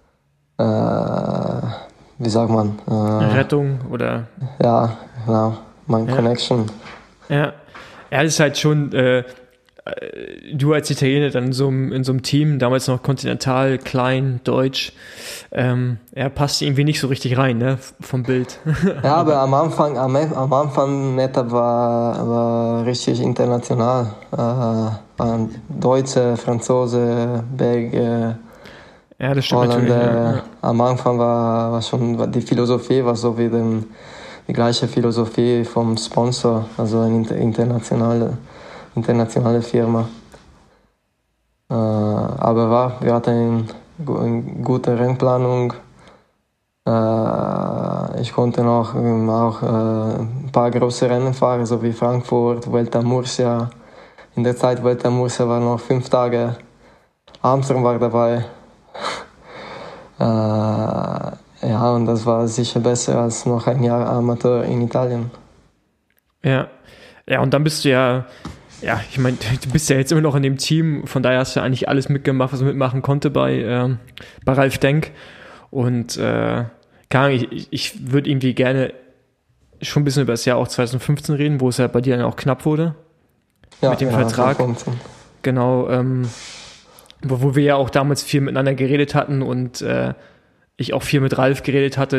Speaker 4: wie sagt man?
Speaker 2: Rettung oder?
Speaker 4: Ja, genau, mein Connection.
Speaker 2: Ja. Ja, das ist halt schon, du als Italiener dann in so einem Team, damals noch kontinental, klein, deutsch, passt irgendwie nicht so richtig rein, ne, vom Bild.
Speaker 4: Ja, aber am Anfang Neta war richtig international. Waren Deutsche, Franzose, Belgier,
Speaker 2: ja, das stimmt
Speaker 4: Holländer.
Speaker 2: natürlich. Ja.
Speaker 4: Am Anfang war schon die Philosophie war so wie die gleiche Philosophie vom Sponsor, also eine internationale Firma. Aber wir hatten eine gute Rennplanung. Ich konnte auch ein paar große Rennen fahren, so wie Frankfurt, Vuelta a Murcia. In der Zeit Vuelta a Murcia war noch 5 Tage. Amsterdam war dabei. Ja, und das war sicher besser als noch ein Jahr Amateur in Italien.
Speaker 2: Ja, und dann bist du ja, ich meine, du bist ja jetzt immer noch in dem Team, von daher hast du eigentlich alles mitgemacht, was man mitmachen konnte bei Ralf Denk. Und keine Ahnung, ich würde irgendwie gerne schon ein bisschen über das Jahr auch 2015 reden, wo es ja bei dir dann auch knapp wurde. Ja, mit dem Vertrag. 2015. Genau, wo wir ja auch damals viel miteinander geredet hatten und ich auch viel mit Ralf geredet hatte,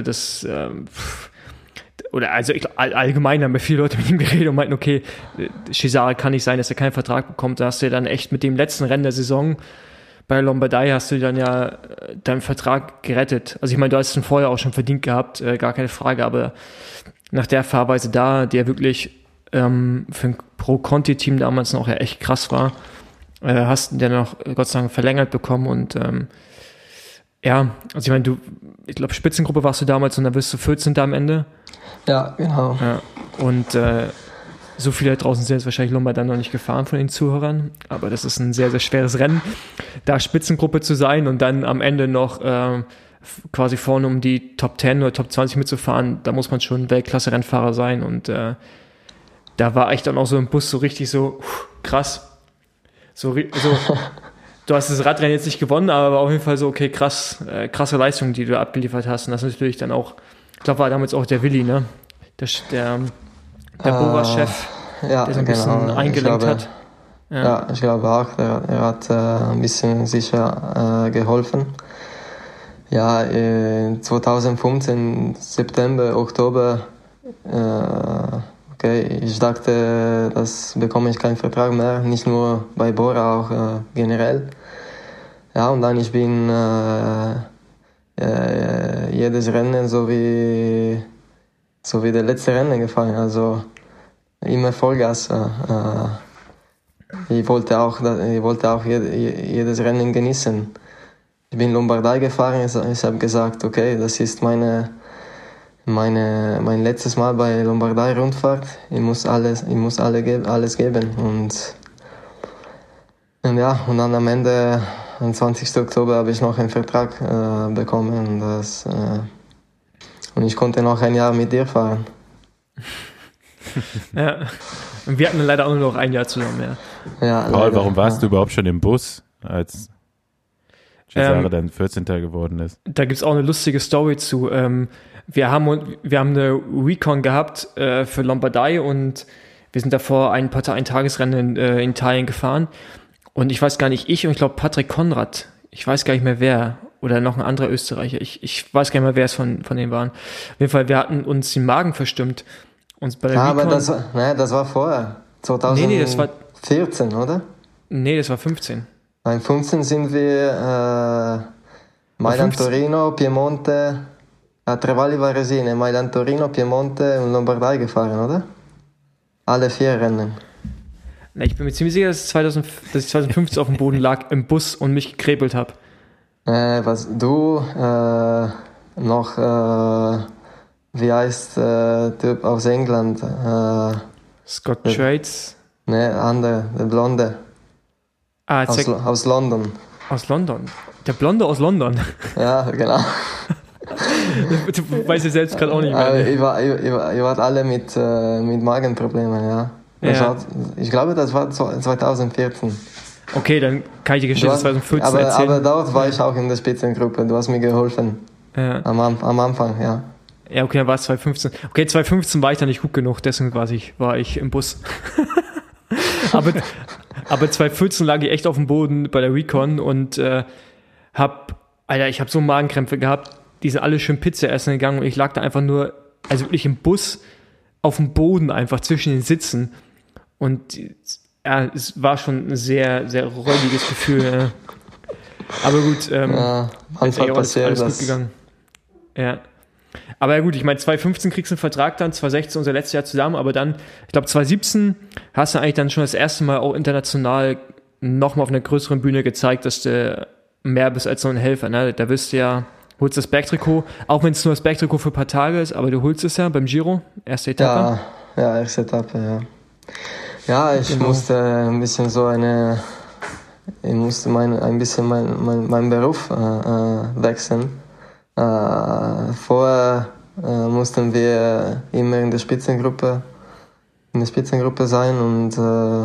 Speaker 2: allgemein haben wir viele Leute mit ihm geredet und meinten, okay, Cesare kann nicht sein, dass er keinen Vertrag bekommt. Da hast du ja dann echt mit dem letzten Rennen der Saison bei Lombardei hast du dann ja deinen Vertrag gerettet. Also ich meine, du hast ihn vorher auch schon verdient gehabt, gar keine Frage, aber nach der Fahrweise da, die ja wirklich für ein Pro-Conti-Team damals noch ja echt krass war, hast du dann noch Gott sei Dank verlängert bekommen und also ich meine, ich glaube Spitzengruppe warst du damals und dann wirst du 14. am Ende.
Speaker 4: Ja, genau.
Speaker 2: Ja, und so viele da draußen sind jetzt wahrscheinlich Lombardei noch nicht gefahren von den Zuhörern, aber das ist ein sehr, sehr schweres Rennen, da Spitzengruppe zu sein und dann am Ende noch quasi vorne um die Top 10 oder Top 20 mitzufahren, da muss man schon Weltklasse-Rennfahrer sein und da war echt dann auch so im Bus so richtig so krass. So, du hast das Radrennen jetzt nicht gewonnen, aber auf jeden Fall so, okay, krasse Leistung, die du abgeliefert hast. Und das ist natürlich dann auch, ich glaube, war damals auch der Willi, ne? Der Bora-Chef, der so ein bisschen eingelenkt hat.
Speaker 4: Ja, ich glaube auch, er hat ein bisschen sicher geholfen. Ja, 2015, September, Oktober, okay, ich dachte, das bekomme ich keinen Vertrag mehr, nicht nur bei Bora, auch generell. Ja, und dann ich bin jedes Rennen so wie der letzte Rennen gefahren, also immer Vollgas. Ich wollte auch jedes Rennen genießen. Ich bin Lombardei gefahren, ich habe gesagt, okay, das ist mein letztes Mal bei Lombardei-Rundfahrt. Ich muss alles geben. Und dann am Ende, am 20. Oktober, habe ich noch einen Vertrag bekommen. Und ich konnte noch ein Jahr mit dir fahren.
Speaker 2: Ja, und wir hatten leider auch nur noch ein Jahr zusammen,
Speaker 3: ja. Paul, warum warst du überhaupt schon im Bus, als Cesare dann 14. geworden ist?
Speaker 2: Da gibt es auch eine lustige Story zu. Wir haben eine Recon gehabt für Lombardei und wir sind davor ein Tagesrennen in Italien gefahren und ich weiß gar nicht, ich glaube Patrick Konrad, ich weiß gar nicht mehr wer oder noch ein anderer Österreicher, ich weiß gar nicht mehr, wer es von denen waren. Auf jeden Fall, wir hatten uns den Magen verstimmt. Uns bei der Recon,
Speaker 4: aber das war vorher, 2014,
Speaker 2: nee, das war
Speaker 4: 14, oder?
Speaker 2: Nee, das war 15.
Speaker 4: In 15 sind wir Mailand, Torino, Piemonte, Trevali Varesine, Mailand, Torino, Piemonte und Lombardei gefahren, oder? Alle 4 Rennen.
Speaker 2: Na, ich bin mir ziemlich sicher, dass ich 2015 auf dem Boden lag im Bus und mich gekrebelt habe.
Speaker 4: Was du noch, wie heißt der Typ aus England?
Speaker 2: Scott Trades?
Speaker 4: Ne, andere, der Blonde. Aus London.
Speaker 2: Aus London? Der Blonde aus London?
Speaker 4: Ja, genau.
Speaker 2: Du weißt ja selbst gerade auch nicht mehr.
Speaker 4: Ihr wart alle mit Magenproblemen, ja. Ich glaube, das war 2014.
Speaker 2: Okay, dann kann ich die Geschichte 2014 erzählen.
Speaker 4: Aber dort war ich auch in der Spitzengruppe. Du hast mir geholfen. Ja. Am Anfang, ja.
Speaker 2: Ja, okay, dann war es 2015. Okay, 2015 war ich da nicht gut genug, deswegen war ich im Bus. aber Aber 2014 lag ich echt auf dem Boden bei der Recon und ich habe so Magenkrämpfe gehabt, die sind alle schön Pizza essen gegangen und ich lag da einfach nur, also wirklich im Bus auf dem Boden einfach zwischen den Sitzen und ja, es war schon ein sehr, sehr räudiges Gefühl. Ja. Aber gut,
Speaker 4: manchmal passiert
Speaker 2: alles
Speaker 4: das.
Speaker 2: gut gegangen. Ja. Aber ja gut, ich meine, 2015 kriegst du einen Vertrag dann, 2016 unser letztes Jahr zusammen, aber dann, ich glaube 2017 hast du eigentlich dann schon das erste Mal auch international nochmal auf einer größeren Bühne gezeigt, dass du mehr bist als so ein Helfer. Ne? Da wirst du ja, holst das Bergtrikot, auch wenn es nur das Bergtrikot für ein paar Tage ist, aber du holst es ja beim Giro, erste Etappe.
Speaker 4: Ja, erste Etappe, ja. Ja, ich musste ein bisschen meinen Beruf wechseln. Vorher mussten wir immer in der Spitzengruppe sein und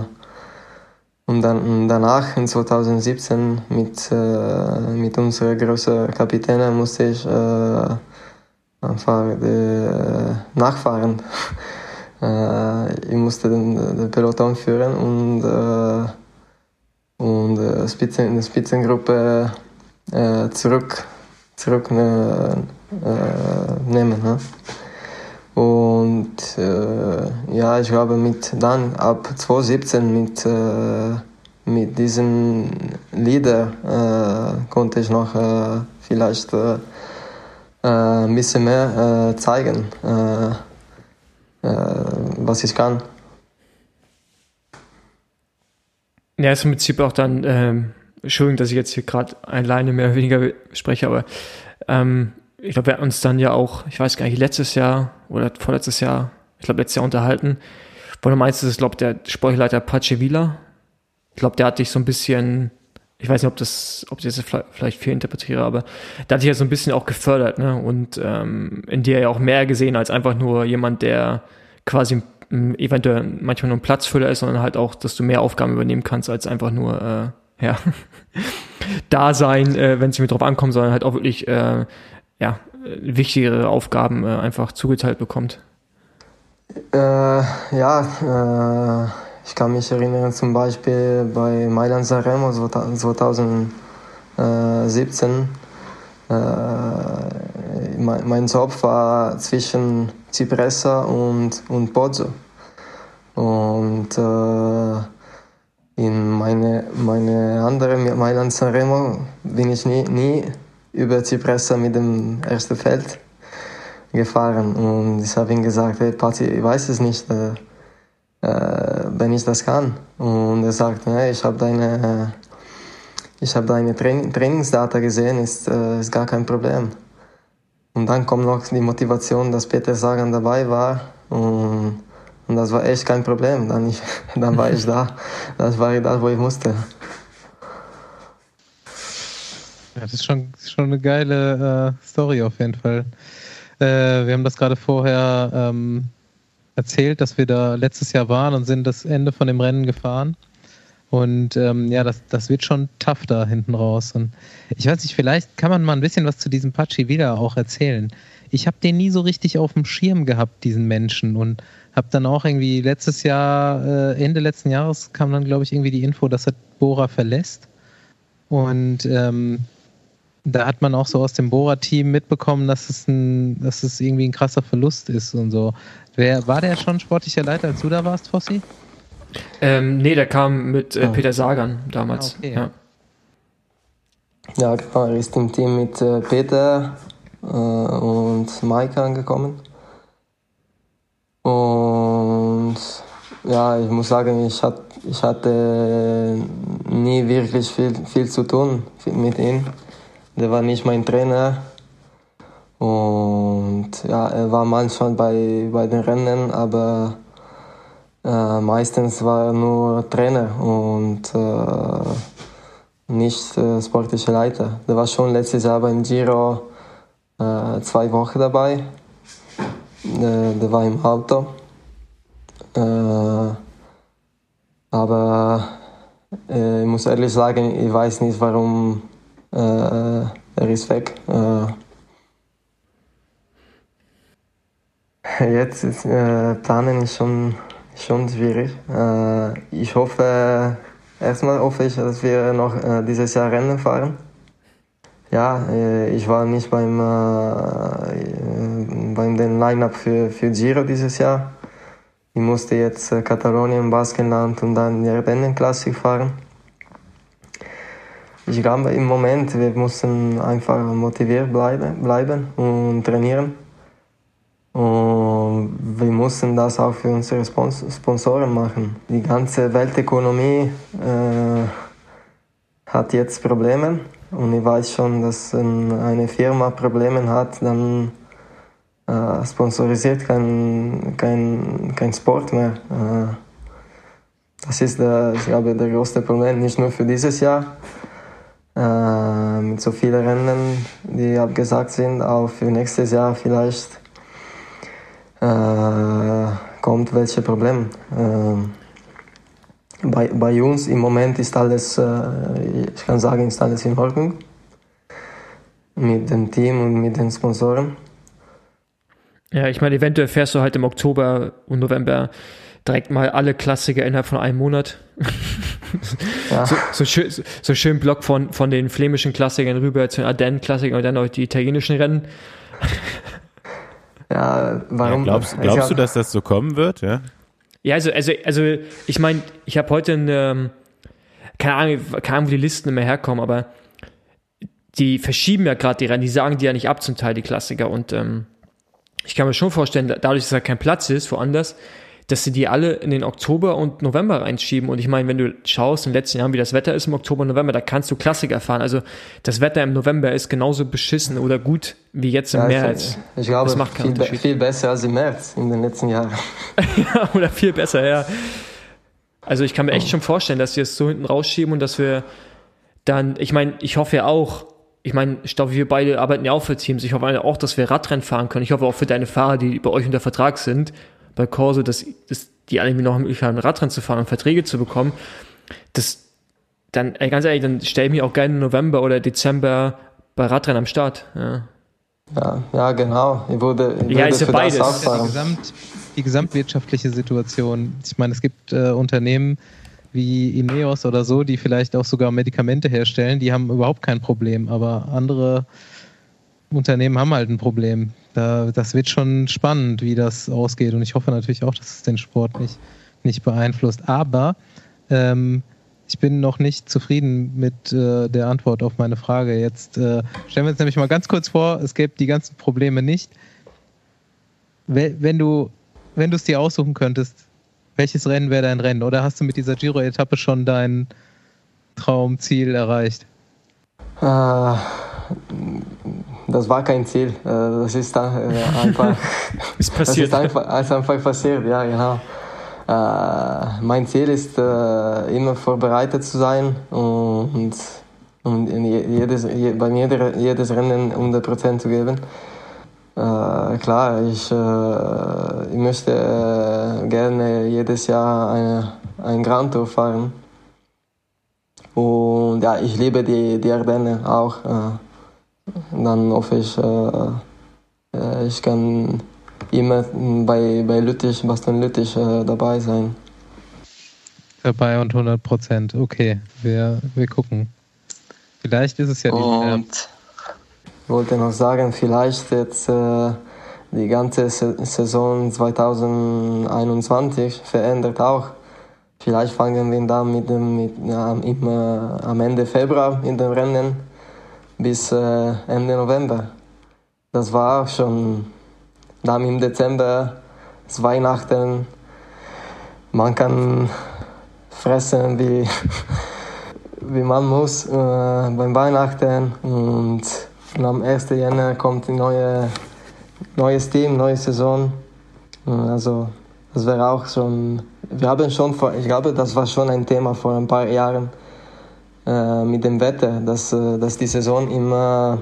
Speaker 4: dann danach in 2017 mit unserer großen Kapitänin musste ich einfach nachfahren. Ich musste den Peloton führen und die Spitzengruppe zurücknehmen. Ne? Und ja, ich glaube ab 2017 mit diesem Leader konnte ich noch vielleicht ein bisschen mehr zeigen, was ich kann.
Speaker 2: Ja, ist im Prinzip auch dann, Entschuldigung, dass ich jetzt hier gerade alleine mehr oder weniger spreche, aber ich glaube, wir hatten uns dann ja auch, ich weiß gar nicht, letztes Jahr oder vorletztes Jahr, ich glaube letztes Jahr unterhalten, wo du meinst, das ist, glaube ich, der Sportleiter Pace Vila. Ich glaube, der hat dich so ein bisschen, ich weiß nicht, ob ich das vielleicht fehlinterpretiere, aber der hat dich ja so ein bisschen auch gefördert, ne? Und in dir ja auch mehr gesehen als einfach nur jemand, der quasi eventuell manchmal nur ein Platzfüller ist, sondern halt auch, dass du mehr Aufgaben übernehmen kannst, als einfach nur da sein, wenn es mir drauf ankommt, sondern halt auch wirklich wichtigere Aufgaben einfach zugeteilt bekommt.
Speaker 4: Ich kann mich erinnern, zum Beispiel bei Mailand Sanremo 2017. Mein Job war zwischen Cipressa und Poggio. Und in meine andere Mailand Sanremo bin ich nie über Cipressa mit dem ersten Feld gefahren. Und ich habe ihm gesagt, hey Pati, ich weiß es nicht, wenn ich das kann. Und er sagt, hey, ich habe deine Trainingsdata gesehen, ist gar kein Problem. Und dann kommt noch die Motivation, dass Peter Sagan dabei war. Und das war echt kein Problem. Dann war ich da. Das war das, wo ich musste.
Speaker 1: Ja, das ist schon eine geile Story auf jeden Fall. Wir haben das gerade vorher erzählt, dass wir da letztes Jahr waren und sind das Ende von dem Rennen gefahren. Und das wird schon tough da hinten raus. Und ich weiß nicht, vielleicht kann man mal ein bisschen was zu diesem Pace Vila auch erzählen. Ich habe den nie so richtig auf dem Schirm gehabt, diesen Menschen. Und habe dann auch irgendwie Ende letzten Jahres kam dann, glaube ich, irgendwie die Info, dass er Bora verlässt. Und da hat man auch so aus dem Bora-Team mitbekommen, dass es irgendwie ein krasser Verlust ist und so. War der schon sportlicher Leiter, als du da warst, Fossi?
Speaker 2: Nee, der kam mit Peter Sagan damals.
Speaker 1: Okay,
Speaker 4: ja, genau, er ist im Team mit Peter und Maike angekommen. Und ja, ich muss sagen, ich hatte nie wirklich viel zu tun mit ihm. Der war nicht mein Trainer. Und ja, er war manchmal bei den Rennen, aber meistens war er nur Trainer und nicht sportlicher Leiter. Der war schon letztes Jahr beim Giro 2 Wochen dabei. Der war im Auto. Aber ich muss ehrlich sagen, ich weiß nicht, warum er ist weg. Jetzt ist Planen ist schon schwierig. Ich hoffe, erstmal hoffe ich, dass wir noch dieses Jahr Rennen fahren. Ja, ich war nicht beim den Line-Up für Giro dieses Jahr. Ich musste jetzt Katalonien, Baskenland und dann die Ardennen-Klassik fahren. Ich glaube im Moment, wir müssen einfach motiviert bleiben und trainieren. Und wir müssen das auch für unsere Sponsoren machen. Die ganze Weltökonomie hat jetzt Probleme. Und ich weiß schon, dass wenn eine Firma Probleme hat, dann sponsorisiert kein Sport mehr. Das ist, ich glaube, der größte Problem, nicht nur für dieses Jahr. Mit so vielen Rennen, die abgesagt sind, auch für nächstes Jahr vielleicht kommt welche Probleme. Bei uns im Moment ist alles, ich kann sagen, ist alles in Ordnung. Mit dem Team und mit den Sponsoren.
Speaker 2: Ja, ich meine, eventuell fährst du halt im Oktober und November direkt mal alle Klassiker innerhalb von einem Monat. Ja. So schön Block von den flämischen Klassikern rüber zu den Ardennen-Klassikern und dann auch die italienischen Rennen.
Speaker 4: Ja, warum?
Speaker 3: Ja, glaubst du, dass das so kommen wird? Ja,
Speaker 2: ja also ich meine, ich habe heute keine Ahnung, wo die Listen immer herkommen, aber die verschieben ja gerade die Rennen, die sagen die ja nicht ab zum Teil, die Klassiker. Und ich kann mir schon vorstellen, dadurch, dass da kein Platz ist woanders, dass sie die alle in den Oktober und November reinschieben. Und ich meine, wenn du schaust in den letzten Jahren, wie das Wetter ist im Oktober und November, da kannst du Klassiker fahren. Also das Wetter im November ist genauso beschissen oder gut wie jetzt im März.
Speaker 4: Ich glaube, das macht viel besser als im März in den letzten Jahren.
Speaker 2: Ja, oder viel besser, ja. Also ich kann mir echt schon vorstellen, dass wir es so hinten rausschieben und dass wir dann, ich meine, ich hoffe ja auch, ich meine, ich glaube, wir beide arbeiten ja auch für Teams. Ich hoffe auch, dass wir Radrennen fahren können. Ich hoffe auch für deine Fahrer, die bei euch unter Vertrag sind, bei Corso, dass die alle irgendwie noch ein Radrennen zu fahren und Verträge zu bekommen. Das dann, ganz ehrlich, dann stelle ich mich auch gerne im November oder Dezember bei Radrennen am Start.
Speaker 4: Ja, genau. Ich würde
Speaker 2: ist ja
Speaker 4: für
Speaker 2: beides.
Speaker 4: das auch fahren.
Speaker 1: Die gesamtwirtschaftliche Situation. Ich meine, es gibt Unternehmen wie Ineos oder so, die vielleicht auch sogar Medikamente herstellen, die haben überhaupt kein Problem, aber andere Unternehmen haben halt ein Problem. Das wird schon spannend, wie das ausgeht, und ich hoffe natürlich auch, dass es den Sport nicht beeinflusst. Aber ich bin noch nicht zufrieden mit der Antwort auf meine Frage. Jetzt stellen wir uns nämlich mal ganz kurz vor, es gäbe die ganzen Probleme nicht. Wenn du es dir aussuchen könntest, welches Rennen wäre dein Rennen? Oder hast du mit dieser Giro-Etappe schon dein Traumziel erreicht?
Speaker 4: Das war kein Ziel. Das ist einfach.
Speaker 2: Ist passiert.
Speaker 4: Das ist einfach passiert, ja, genau. Mein Ziel ist, immer vorbereitet zu sein und beim jedes Rennen 100% zu geben. Klar, ich möchte gerne jedes Jahr ein Grand Tour fahren. Und ja, ich liebe die Ardennen auch. Dann hoffe ich, ich kann immer bei Bastogne Lüttich dabei sein.
Speaker 1: Dabei und 100%. Okay, wir gucken. Vielleicht ist es ja
Speaker 4: und ich wollte noch sagen, vielleicht jetzt die ganze Saison 2021 verändert auch. Vielleicht fangen wir dann am Ende Februar in den Rennen bis Ende November. Das war auch schon dann im Dezember, ist Weihnachten. Man kann fressen, wie man muss beim Weihnachten. Und am 1. Jänner kommt ein neues Team, neue Saison. Also das wäre auch schon, ich glaube, das war schon ein Thema vor ein paar Jahren mit dem Wetter, dass die Saison immer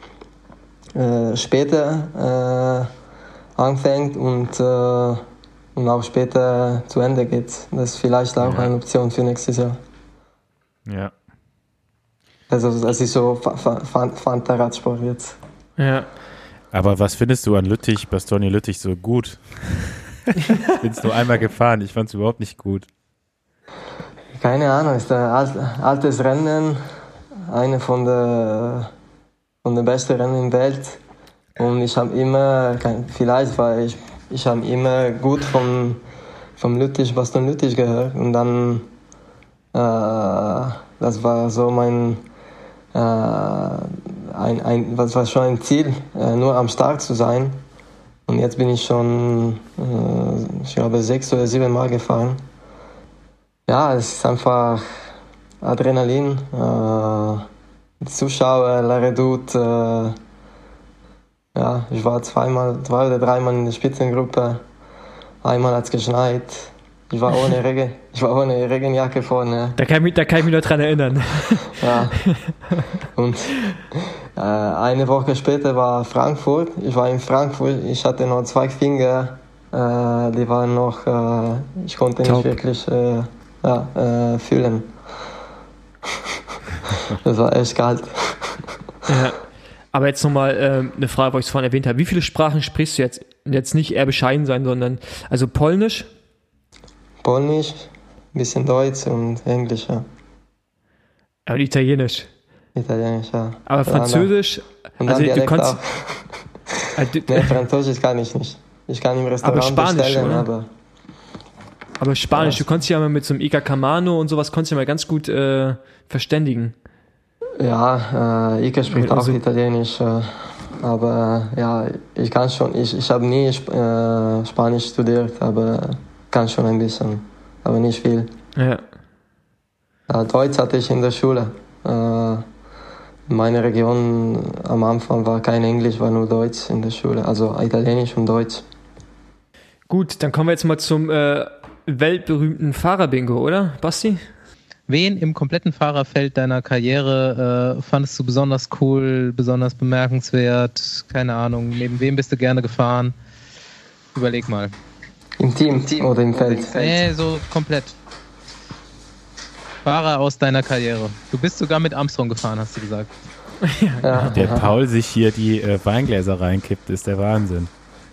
Speaker 4: später anfängt und auch später zu Ende geht. Das ist vielleicht auch eine Option für nächstes Jahr.
Speaker 3: Ja.
Speaker 4: Also das ist so Fanta-Radsport jetzt.
Speaker 2: Ja.
Speaker 3: Aber was findest du an Bastogne Lüttich so gut? Ich bin es nur einmal gefahren, ich fand es überhaupt nicht gut.
Speaker 4: Keine Ahnung, ist ein altes Rennen, eine von den besten Rennen in der Welt. Und ich habe immer, vielleicht war ich habe immer gut vom Lüttich, Bastogne Lüttich gehört. Und dann, das war so was war schon ein Ziel, nur am Start zu sein. Und jetzt bin ich schon, ich glaube, 6 oder 7 Mal gefahren. Ja, es ist einfach Adrenalin, Zuschauer, La Redoute. Ja, ich war 2 oder 3 Mal in der Spitzengruppe. Einmal hat es geschneit. Ich war ohne Regenjacke vorne.
Speaker 2: Da kann ich mich nur dran erinnern.
Speaker 4: Ja. Und eine Woche später war Frankfurt. Ich war in Frankfurt. Ich hatte noch 2 Finger. Die waren noch, ich konnte nicht wirklich fühlen. Das war echt kalt.
Speaker 2: Ja. Aber jetzt nochmal eine Frage, weil ich es vorhin erwähnt habe. Wie viele Sprachen sprichst du jetzt? Jetzt nicht eher bescheiden sein, sondern also Polnisch?
Speaker 4: Polnisch, ein bisschen Deutsch und Englisch, ja.
Speaker 2: Und Italienisch?
Speaker 4: Italienisch, ja.
Speaker 2: Aber Französisch?
Speaker 4: Und
Speaker 2: also
Speaker 4: dann
Speaker 2: du kannst.
Speaker 4: Also, nee, Französisch kann ich nicht. Ich kann im Restaurant
Speaker 2: Spanisch,
Speaker 4: bestellen,
Speaker 2: oder? Aber Spanisch, du konntest dich ja mal mit so einem Ica Camano und sowas konntest du ja mal ganz gut verständigen.
Speaker 4: Ja, Ica spricht auch Italienisch, aber ja, ich kann schon, ich habe nie Spanisch studiert, aber kann schon ein bisschen, aber nicht viel.
Speaker 2: Ja.
Speaker 4: Deutsch hatte ich in der Schule. In meiner Region am Anfang war kein Englisch, war nur Deutsch in der Schule, also Italienisch und Deutsch.
Speaker 2: Gut, dann kommen wir jetzt mal zum weltberühmten Fahrerbingo, oder, Basti?
Speaker 1: Wen im kompletten Fahrerfeld deiner Karriere fandest du besonders cool, besonders bemerkenswert? Keine Ahnung, neben wem bist du gerne gefahren? Überleg mal.
Speaker 4: Im Team oder im Feld?
Speaker 1: Nee, so komplett. Fahrer aus deiner Karriere. Du bist sogar mit Armstrong gefahren, hast du gesagt.
Speaker 3: Ja. Der Paul sich hier die Weingläser reinkippt, ist der Wahnsinn.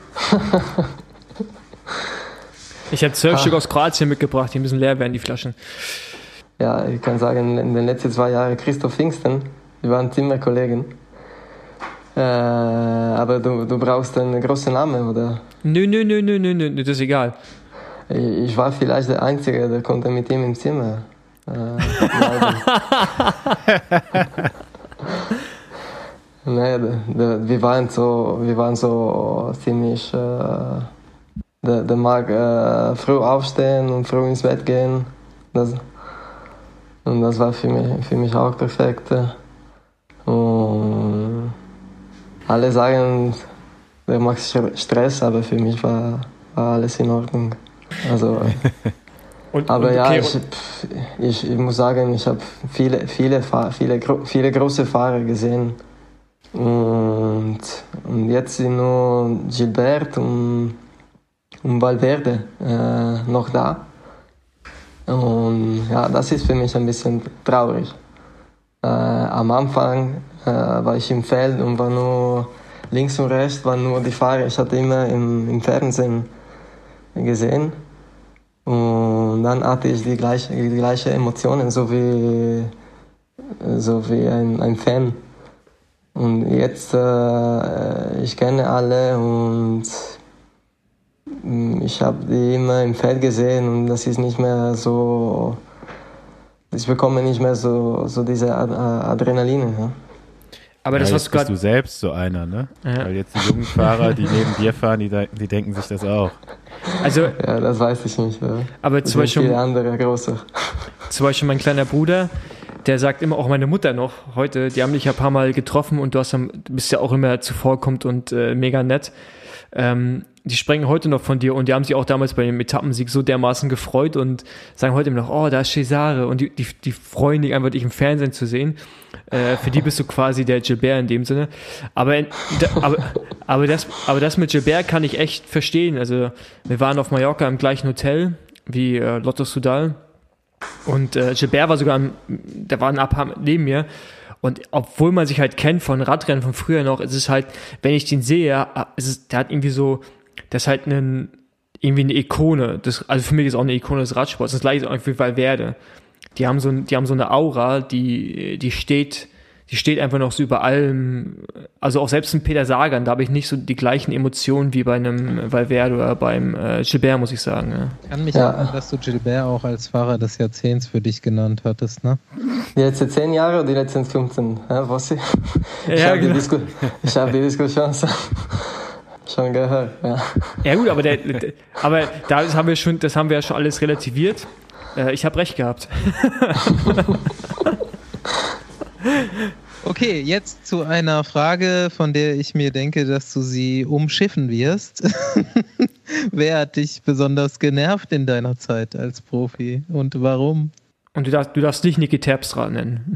Speaker 2: Ich habe 12 Stück aus Kroatien mitgebracht, die müssen leer werden, die Flaschen.
Speaker 4: Ja, ich kann sagen, in den letzten 2 Jahren Christoph Pfingsten, wir waren Zimmerkollegen. Aber du brauchst einen großen Namen, oder?
Speaker 2: Nö, das ist egal.
Speaker 4: Ich war vielleicht der Einzige, der konnte mit ihm im Zimmer bleiben. Nee, wir waren so ziemlich... Der mag früh aufstehen und früh ins Bett gehen. Und das war für mich auch perfekt. Und alle sagen, der macht Stress, aber für mich war alles in Ordnung. Also, aber ja, ich muss sagen, ich habe viele große Fahrer gesehen. Und jetzt sind nur Gilbert und Valverde noch da. Und ja, das ist für mich ein bisschen traurig. Am Anfang war ich im Feld und war nur links und rechts, waren nur die Fahrer. Ich hatte immer im Fernsehen gesehen. Und dann hatte ich die gleichen Emotionen, so wie ein Fan. Und jetzt, ich kenne alle und ich habe die immer im Feld gesehen und das ist nicht mehr so, ich bekomme nicht mehr so diese Adrenaline. Ja.
Speaker 2: Aber das,
Speaker 3: ja,
Speaker 2: was du gerade...
Speaker 3: bist du selbst so einer, ne? Ja. Weil jetzt die jungen Fahrer, die neben dir fahren, die denken sich das auch.
Speaker 2: Also,
Speaker 4: ja, das weiß ich nicht. Ja.
Speaker 2: Aber zum Beispiel
Speaker 4: viele andere große.
Speaker 2: Zum Beispiel mein kleiner Bruder, der sagt immer, auch meine Mutter noch heute, die haben dich ja ein paar Mal getroffen und du bist ja auch immer zuvorkommend und mega nett. Die sprechen heute noch von dir und die haben sich auch damals bei dem Etappensieg so dermaßen gefreut und sagen heute immer noch, oh, da ist Cesare und die freuen dich einfach, dich im Fernsehen zu sehen. Für die bist du quasi der Gilbert in dem Sinne. Aber das mit Gilbert kann ich echt verstehen. Also wir waren auf Mallorca im gleichen Hotel wie Lotto Soudal und Gilbert war sogar, der war ein Apartment neben mir. Und obwohl man sich halt kennt von Radrennen von früher noch, ist es halt, wenn ich den sehe, der hat irgendwie so, das ist halt irgendwie eine Ikone. Also für mich ist auch eine Ikone des Radsports. Das gleiche ist auch wie Valverde. die haben so eine Aura, die steht einfach noch so über allem, also auch selbst ein Peter Sagan, da habe ich nicht so die gleichen Emotionen wie bei einem Valverde oder beim Gilbert, muss ich sagen. Ja.
Speaker 1: Ich kann mich erinnern, dass du Gilbert auch als Fahrer des Jahrzehnts für dich genannt hattest, ne?
Speaker 4: Die letzten 10 Jahre oder die letzten 15? Ja, was ich? Ich habe die Diskussion schon gehört, ja.
Speaker 2: Ja gut, aber das haben wir ja schon alles relativiert. Ich habe recht gehabt.
Speaker 1: Okay, jetzt zu einer Frage, von der ich mir denke, dass du sie umschiffen wirst. Wer hat dich besonders genervt in deiner Zeit als Profi und warum?
Speaker 2: Und du darfst nicht Niki Terpstra nennen.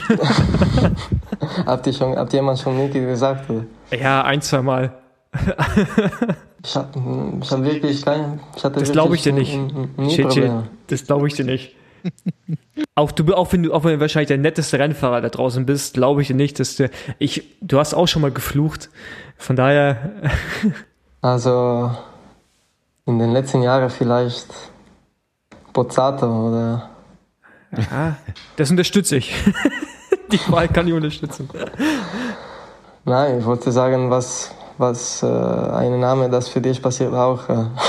Speaker 4: Habt jemand schon Niki gesagt? Oder?
Speaker 2: Ja, 1-2 Mal.
Speaker 4: Ich hab wirklich
Speaker 2: das glaube ich dir nicht. Das glaube ich dir nicht. Auch wenn du wahrscheinlich der netteste Rennfahrer da draußen bist, glaube ich dir nicht, dass du hast auch schon mal geflucht. Von daher.
Speaker 4: Also in den letzten Jahren vielleicht Pozzato oder.
Speaker 2: Ja, das unterstütze ich. Die Wahl kann ich unterstützen.
Speaker 4: Nein, ich wollte sagen, was ein Name, das für dich passiert auch.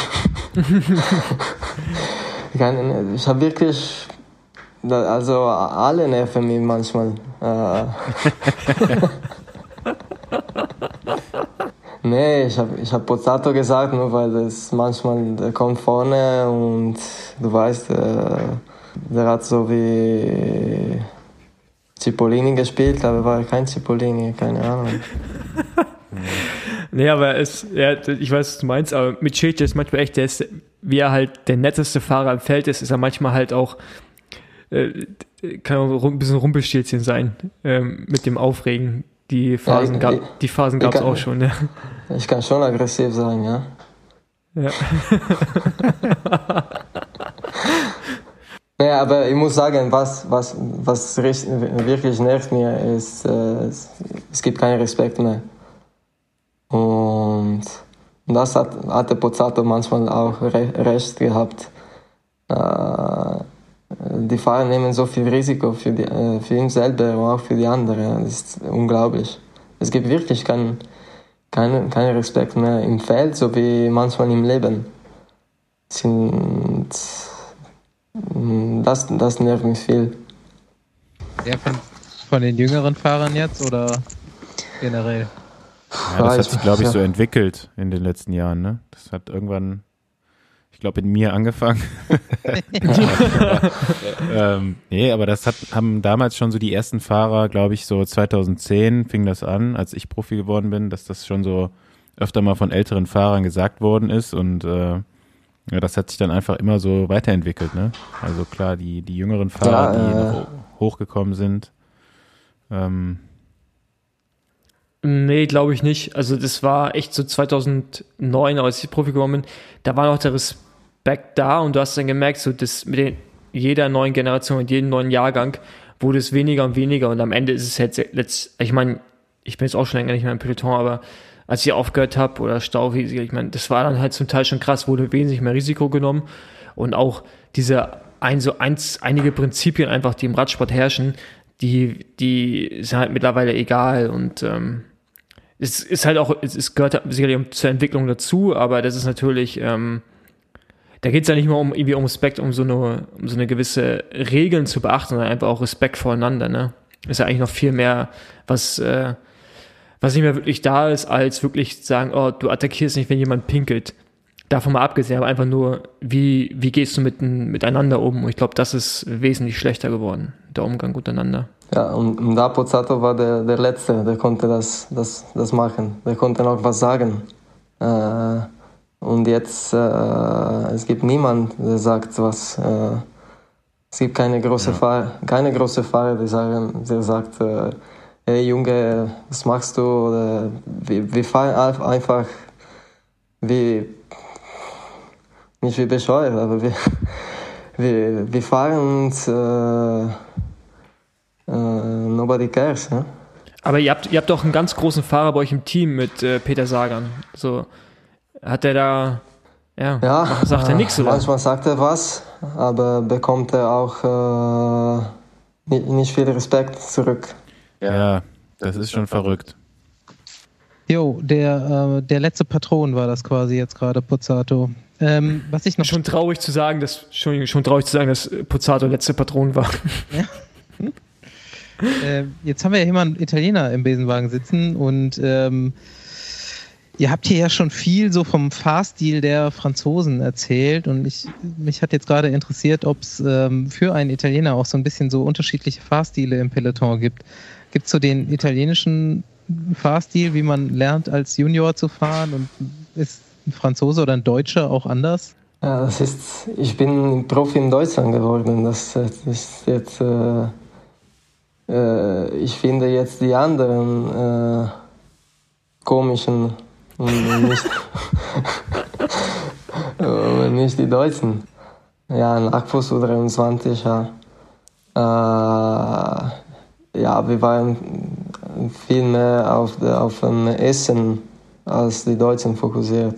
Speaker 4: Ich habe wirklich, also alle nerven mich manchmal. Nee, ich hab Pozzato gesagt, nur weil das manchmal, der kommt vorne und du weißt, der hat so wie Cipollini gespielt, aber war kein Cipollini, keine Ahnung.
Speaker 2: Nee, aber ich weiß, was du meinst, aber mit Cece ist manchmal echt, wie er halt der netteste Fahrer im Feld ist er manchmal halt auch, kann auch ein bisschen Rumpelstilzchen sein, mit dem Aufregen. Die Phasen gab es auch schon, ja.
Speaker 4: Ich kann schon aggressiv sein, ja.
Speaker 2: Ja.
Speaker 4: Ja, aber ich muss sagen, was wirklich nervt mir, ist, es gibt keinen Respekt mehr. Und das hat der Pozzato manchmal auch recht gehabt. Die Fahrer nehmen so viel Risiko für ihn selber und auch für die anderen. Das ist unglaublich. Es gibt wirklich keinen Respekt mehr im Feld, so wie manchmal im Leben. Das nervt mich viel.
Speaker 1: Ja, von den jüngeren Fahrern jetzt oder generell?
Speaker 3: Ja, das hat sich, glaube ich, so entwickelt in den letzten Jahren. Ne? Das hat irgendwann, ich glaube, in mir angefangen. Nee, aber das haben damals schon so die ersten Fahrer, glaube ich, so 2010 fing das an, als ich Profi geworden bin, dass das schon so öfter mal von älteren Fahrern gesagt worden ist und ja, das hat sich dann einfach immer so weiterentwickelt. Ne? Also klar, die jüngeren Fahrer, die noch hochgekommen sind.
Speaker 2: Nee, glaube ich nicht. Also das war echt so 2009, als ich Profi geworden bin, da war noch der Respekt da und du hast dann gemerkt, so das mit jeder neuen Generation und jedem neuen Jahrgang wurde es weniger und weniger und am Ende ist es jetzt, ich meine, ich bin jetzt auch schon länger nicht mehr im Peloton, aber als ich aufgehört habe oder Staufi, ich meine, das war dann halt zum Teil schon krass, wurde wesentlich mehr Risiko genommen und auch einige Prinzipien einfach, die im Radsport herrschen, die sind halt mittlerweile egal und es ist halt auch, es gehört sicherlich zur Entwicklung dazu, aber das ist natürlich, da geht es ja nicht nur um Respekt, um so eine gewisse Regeln zu beachten, sondern einfach auch Respekt voreinander, ne? Ist ja eigentlich noch viel mehr, was nicht mehr wirklich da ist, als wirklich sagen, oh, du attackierst nicht, wenn jemand pinkelt. Davon mal abgesehen, aber einfach nur, wie gehst du miteinander um? Und ich glaube, das ist wesentlich schlechter geworden, der Umgang untereinander.
Speaker 4: Ja, und da Pozzato war der Letzte, der konnte das machen. Der konnte noch was sagen. Und jetzt, es gibt niemanden, der sagt was. Es gibt keine große Fahrer, der sagt, hey Junge, was machst du? Oder wir fahren einfach nicht wie bescheuert, aber wir fahren und nobody cares. Ja?
Speaker 2: Aber ihr habt doch einen ganz großen Fahrer bei euch im Team mit Peter Sagan. So, hat er da, sagt er nichts, oder?
Speaker 4: Manchmal sagt er was, aber bekommt er auch nicht viel Respekt zurück.
Speaker 3: Ja, das ist schon verrückt.
Speaker 1: Jo, der letzte Patron war das quasi jetzt gerade, Pozzato. Was ich noch
Speaker 2: schon traurig zu sagen, dass Pozzato letzte Patron war.
Speaker 1: Ja. Jetzt haben wir ja hier mal einen Italiener im Besenwagen sitzen und ihr habt hier ja schon viel so vom Fahrstil der Franzosen erzählt und mich hat jetzt gerade interessiert, ob es für einen Italiener auch so ein bisschen so unterschiedliche Fahrstile im Peloton gibt. Gibt es so den italienischen Fahrstil, wie man lernt als Junior zu fahren, und ist ein Franzose oder ein Deutscher auch anders?
Speaker 4: Ja, ich bin Profi in Deutschland geworden. Das ist jetzt, ich finde jetzt die anderen komischen und nicht die Deutschen. Ja, Nachwuchs U23, ja. Ja, wir waren viel mehr auf dem Essen als die Deutschen fokussiert.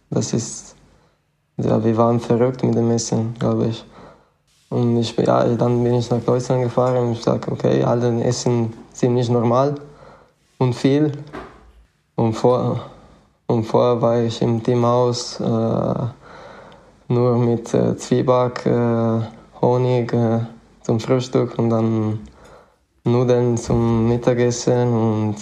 Speaker 4: Wir waren verrückt mit dem Essen, glaube ich. Und dann bin ich nach Deutschland gefahren und ich sage, okay, alle Essen ziemlich normal und viel. Und vorher war ich im Teamhaus nur mit Zwieback, Honig zum Frühstück und dann Nudeln zum Mittagessen und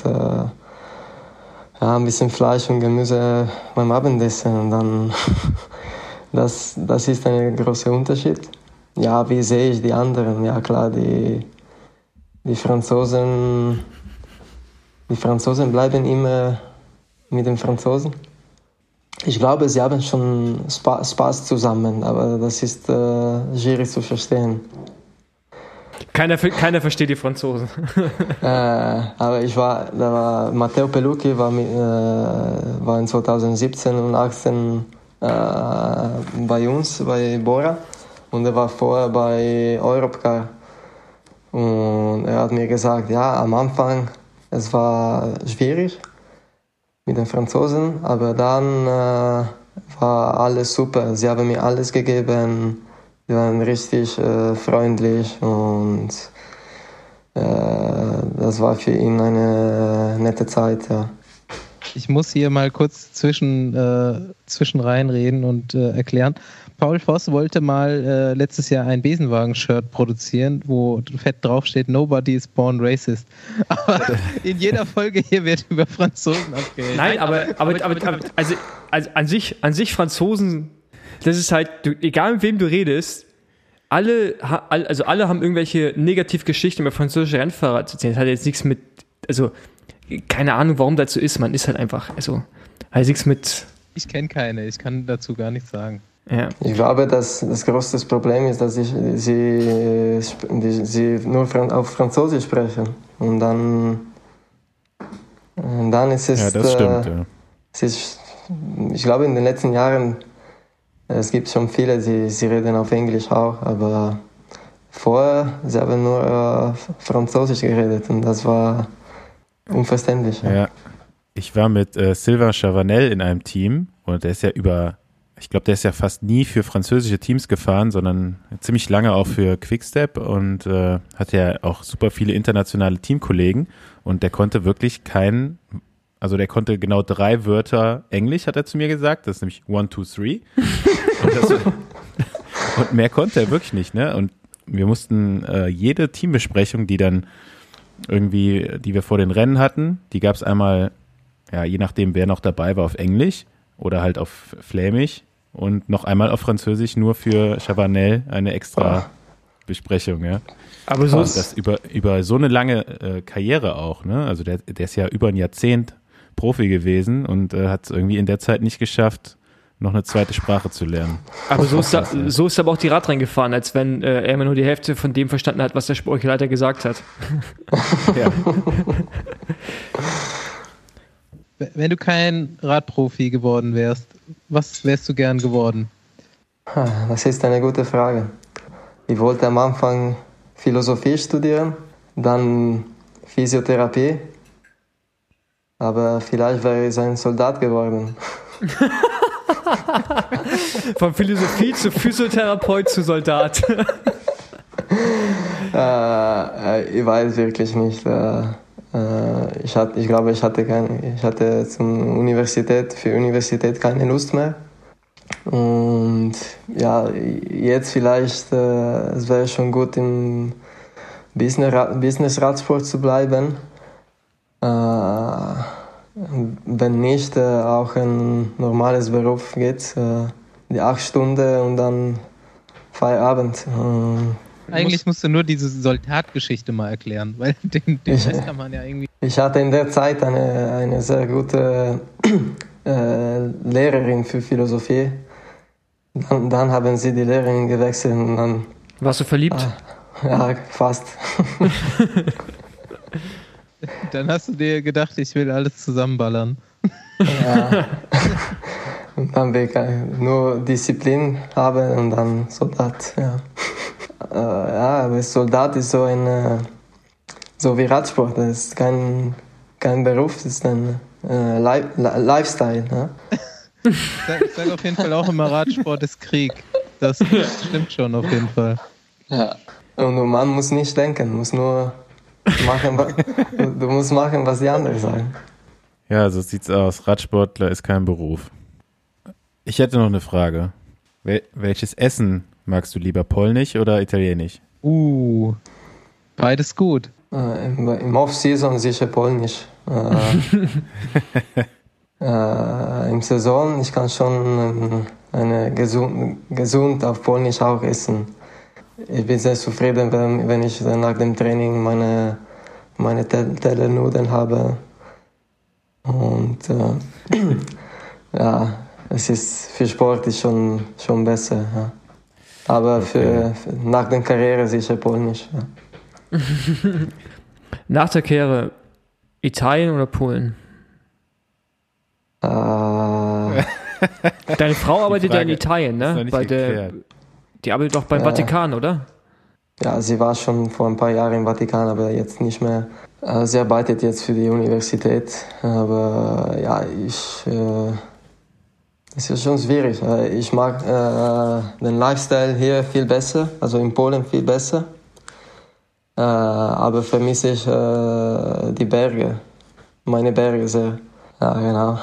Speaker 4: ein bisschen Fleisch und Gemüse beim Abendessen. Und dann das ist ein großer Unterschied. Ja, wie sehe ich die anderen? Ja klar, die Franzosen bleiben immer mit den Franzosen. Ich glaube, sie haben schon Spaß zusammen, aber das ist schwierig zu verstehen.
Speaker 2: Keiner versteht die Franzosen.
Speaker 4: Aber da war Matteo Pelucchi war in 2017 und 2018 bei uns, bei Bora, und er war vorher bei Europcar. Und er hat mir gesagt, ja, am Anfang, es war schwierig mit den Franzosen, aber dann war alles super. Sie haben mir alles gegeben. Sie waren richtig freundlich und das war für ihn eine nette Zeit, ja.
Speaker 1: Ich muss hier mal kurz zwischen reinreden und erklären. Paul Voss wollte mal letztes Jahr ein Besenwagen-Shirt produzieren, wo fett draufsteht, Nobody is born racist. Aber in jeder Folge hier wird über Franzosen abgeredet.
Speaker 2: Nein, aber also an sich Franzosen, das ist halt, egal mit wem du redest, alle haben irgendwelche Negativgeschichten über französische Rennfahrer zu erzählen. Das hat jetzt nichts mit, also keine Ahnung, warum das so ist. Man ist halt einfach, hat nichts mit.
Speaker 1: Ich kenne keine, ich kann dazu gar nichts sagen.
Speaker 2: Ja.
Speaker 4: Ich glaube, dass das größte Problem ist, dass sie nur auf Französisch sprechen. Und dann ist es.
Speaker 3: Ja, das stimmt, ja.
Speaker 4: Ich glaube, in den letzten Jahren, es gibt schon viele, sie reden auf Englisch auch, aber vorher, sie haben nur Französisch geredet und das war unverständlich.
Speaker 3: Ja. Ich war mit Sylvain Chavanel in einem Team und der ist ja ich glaube, der ist ja fast nie für französische Teams gefahren, sondern ziemlich lange auch für Quickstep und hat ja auch super viele internationale Teamkollegen und der konnte wirklich der konnte genau 3 Wörter Englisch, hat er zu mir gesagt, das ist nämlich 1, 2, 3 und mehr konnte er wirklich nicht, ne? Und wir mussten jede Teambesprechung, die wir vor den Rennen hatten, die gab es einmal, ja, je nachdem, wer noch dabei war, auf Englisch oder halt auf Flämisch und noch einmal auf Französisch, nur für Chavanel eine extra Besprechung, ja. Aber so ist das über so eine lange Karriere auch, ne? Also der ist ja über ein Jahrzehnt Profi gewesen und hat es irgendwie in der Zeit nicht geschafft, noch eine zweite Sprache zu lernen. Aber
Speaker 2: so ist aber auch die Radrennen gefahren, als wenn er immer nur die Hälfte von dem verstanden hat, was der Sportleiter gesagt hat.
Speaker 3: Ja.
Speaker 1: Wenn du kein Radprofi geworden wärst, was wärst du gern geworden?
Speaker 4: Das ist eine gute Frage. Ich wollte am Anfang Philosophie studieren, dann Physiotherapie, aber vielleicht wäre ich ein Soldat geworden.
Speaker 2: Von Philosophie zu Physiotherapeut zu Soldat.
Speaker 4: Ich weiß wirklich nicht. Ich hatte für Universität keine Lust mehr. Und ja, jetzt vielleicht, es wäre schon gut, im Business-Radsport zu bleiben. Wenn nicht, auch ein normales Beruf geht, die 8 Stunden und dann Feierabend.
Speaker 1: Eigentlich musst du nur diese Soldatgeschichte mal erklären, weil den Rest kann man ja irgendwie...
Speaker 4: Ich hatte in der Zeit eine sehr gute Lehrerin für Philosophie. Dann haben sie die Lehrerin gewechselt und dann...
Speaker 2: Warst du verliebt?
Speaker 4: Ja, fast.
Speaker 1: Dann hast du dir gedacht, ich will alles zusammenballern.
Speaker 4: Ja. Und dann will ich nur Disziplin haben und dann Soldat, ja. Ja, aber Soldat ist so wie Radsport, das ist kein Beruf, das ist ein Lifestyle. Ja?
Speaker 1: Ich sag auf jeden Fall auch immer, Radsport ist Krieg. Das stimmt schon auf jeden Fall.
Speaker 4: Ja. Und man muss nicht denken, muss nur machen, du musst machen, was die anderen sagen.
Speaker 3: Ja, so sieht's aus. Radsportler ist kein Beruf. Ich hätte noch eine Frage. Welches Essen magst du lieber, polnisch oder italienisch?
Speaker 1: Beides gut.
Speaker 4: Im Off-Season sicher polnisch. Im Saison, ich kann schon gesund auf polnisch auch essen. Ich bin sehr zufrieden, wenn ich nach dem Training meine Tellernudeln habe. Und ja, es ist für Sport ist schon besser. Ja. Aber okay. Nach der Karriere sicher polnisch. Ja.
Speaker 2: Nach der Karriere Italien oder Polen? Deine Frau arbeitet ja in Italien, ne? Die arbeitet doch beim Vatikan, oder?
Speaker 4: Ja, sie war schon vor ein paar Jahren im Vatikan, aber jetzt nicht mehr. Sie arbeitet jetzt für die Universität, aber ja, es ist schon schwierig. Ich mag den Lifestyle hier viel besser, also in Polen viel besser. Aber vermisse ich die Berge, meine Berge sehr. Ja, genau.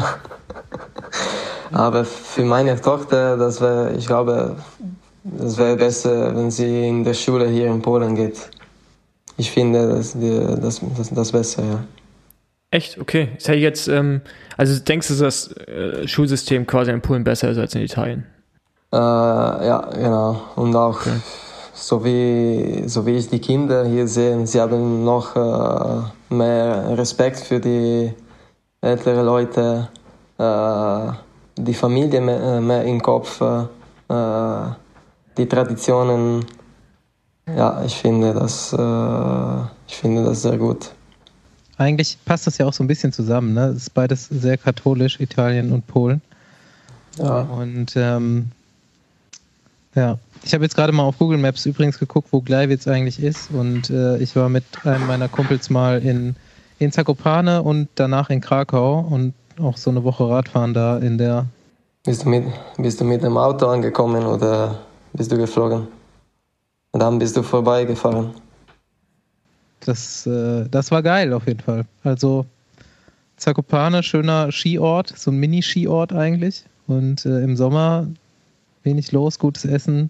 Speaker 4: Aber für meine Tochter, ich glaube, das wäre besser, wenn sie in der Schule hier in Polen geht. Ich finde das besser, ja.
Speaker 2: Echt? Okay. Ist ja jetzt, also denkst du, dass das Schulsystem quasi in Polen besser ist als in Italien?
Speaker 4: Ja, genau. Und auch so wie ich die Kinder hier sehe, sie haben noch mehr Respekt für die älteren Leute, die Familie mehr im Kopf, die Traditionen. Ja, ich finde das sehr gut.
Speaker 1: Eigentlich passt das ja auch so ein bisschen zusammen, ne? Es ist beides sehr katholisch, Italien und Polen.
Speaker 4: Ja.
Speaker 1: Und ja, ich habe jetzt gerade mal auf Google Maps übrigens geguckt, wo Gleiwitz eigentlich ist. Und ich war mit einem meiner Kumpels mal in Zakopane und danach in Krakau und auch so eine Woche Radfahren da in der...
Speaker 4: Bist du mit dem Auto angekommen oder bist du geflogen? Und dann bist du vorbeigefahren.
Speaker 1: Das war geil auf jeden Fall. Also Zakopane, schöner Skiort, so ein Mini-Skiort eigentlich. Und im Sommer wenig los, gutes Essen,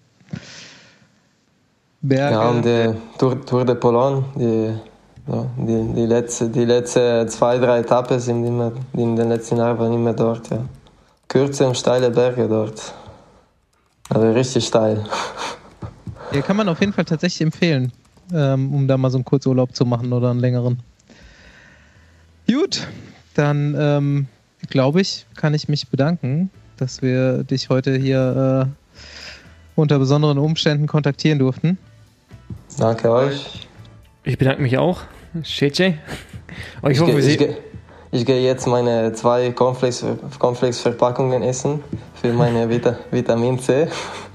Speaker 1: Berge.
Speaker 4: Ja, und die Tour de Pologne, die letzte 2-3 Etappen sind immer, in den letzten Jahren waren immer dort. Ja. Kurze und steile Berge dort. Aber richtig steil.
Speaker 1: Ja, kann man auf jeden Fall tatsächlich empfehlen, um da mal so einen Kurzurlaub zu machen oder einen längeren. Gut, dann glaube ich, kann ich mich bedanken, dass wir dich heute hier unter besonderen Umständen kontaktieren durften.
Speaker 4: Danke euch.
Speaker 2: Ich bedanke mich auch. Shece.
Speaker 4: Ich gehe jetzt meine 2 Cornflakes-Verpackungen essen für meine Vitamin C.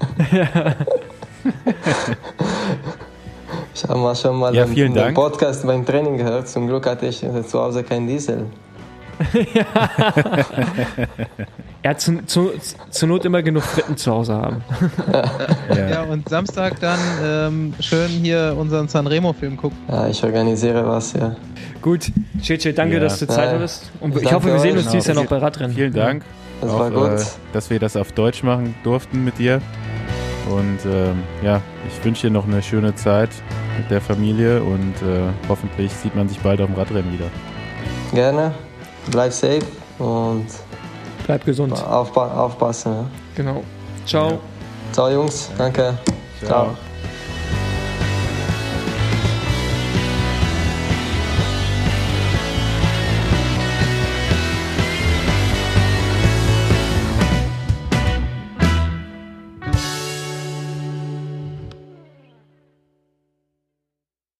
Speaker 4: Ich habe schon mal den Podcast beim Training gehört. Zum Glück hatte ich zu Hause keinen Diesel.
Speaker 2: Er hat zur Not immer genug Fritten zu Hause haben.
Speaker 1: Ja, und Samstag dann schön hier unseren Sanremo-Film gucken.
Speaker 4: Ja, ich organisiere was, ja.
Speaker 2: Gut, Cece, danke, dass du Zeit hattest. Und ich hoffe, wir sehen uns dieses Jahr noch bei Radrennen.
Speaker 3: Vielen Dank,
Speaker 4: das war gut.
Speaker 3: dass wir das auf Deutsch machen durften mit dir. Und ich wünsche dir noch eine schöne Zeit mit der Familie und hoffentlich sieht man sich bald auf dem Radrennen wieder.
Speaker 4: Gerne, bleib safe und
Speaker 2: bleib gesund.
Speaker 4: Aufpassen. Ja.
Speaker 2: Genau. Ciao.
Speaker 4: Ciao Jungs, danke.
Speaker 3: Ciao.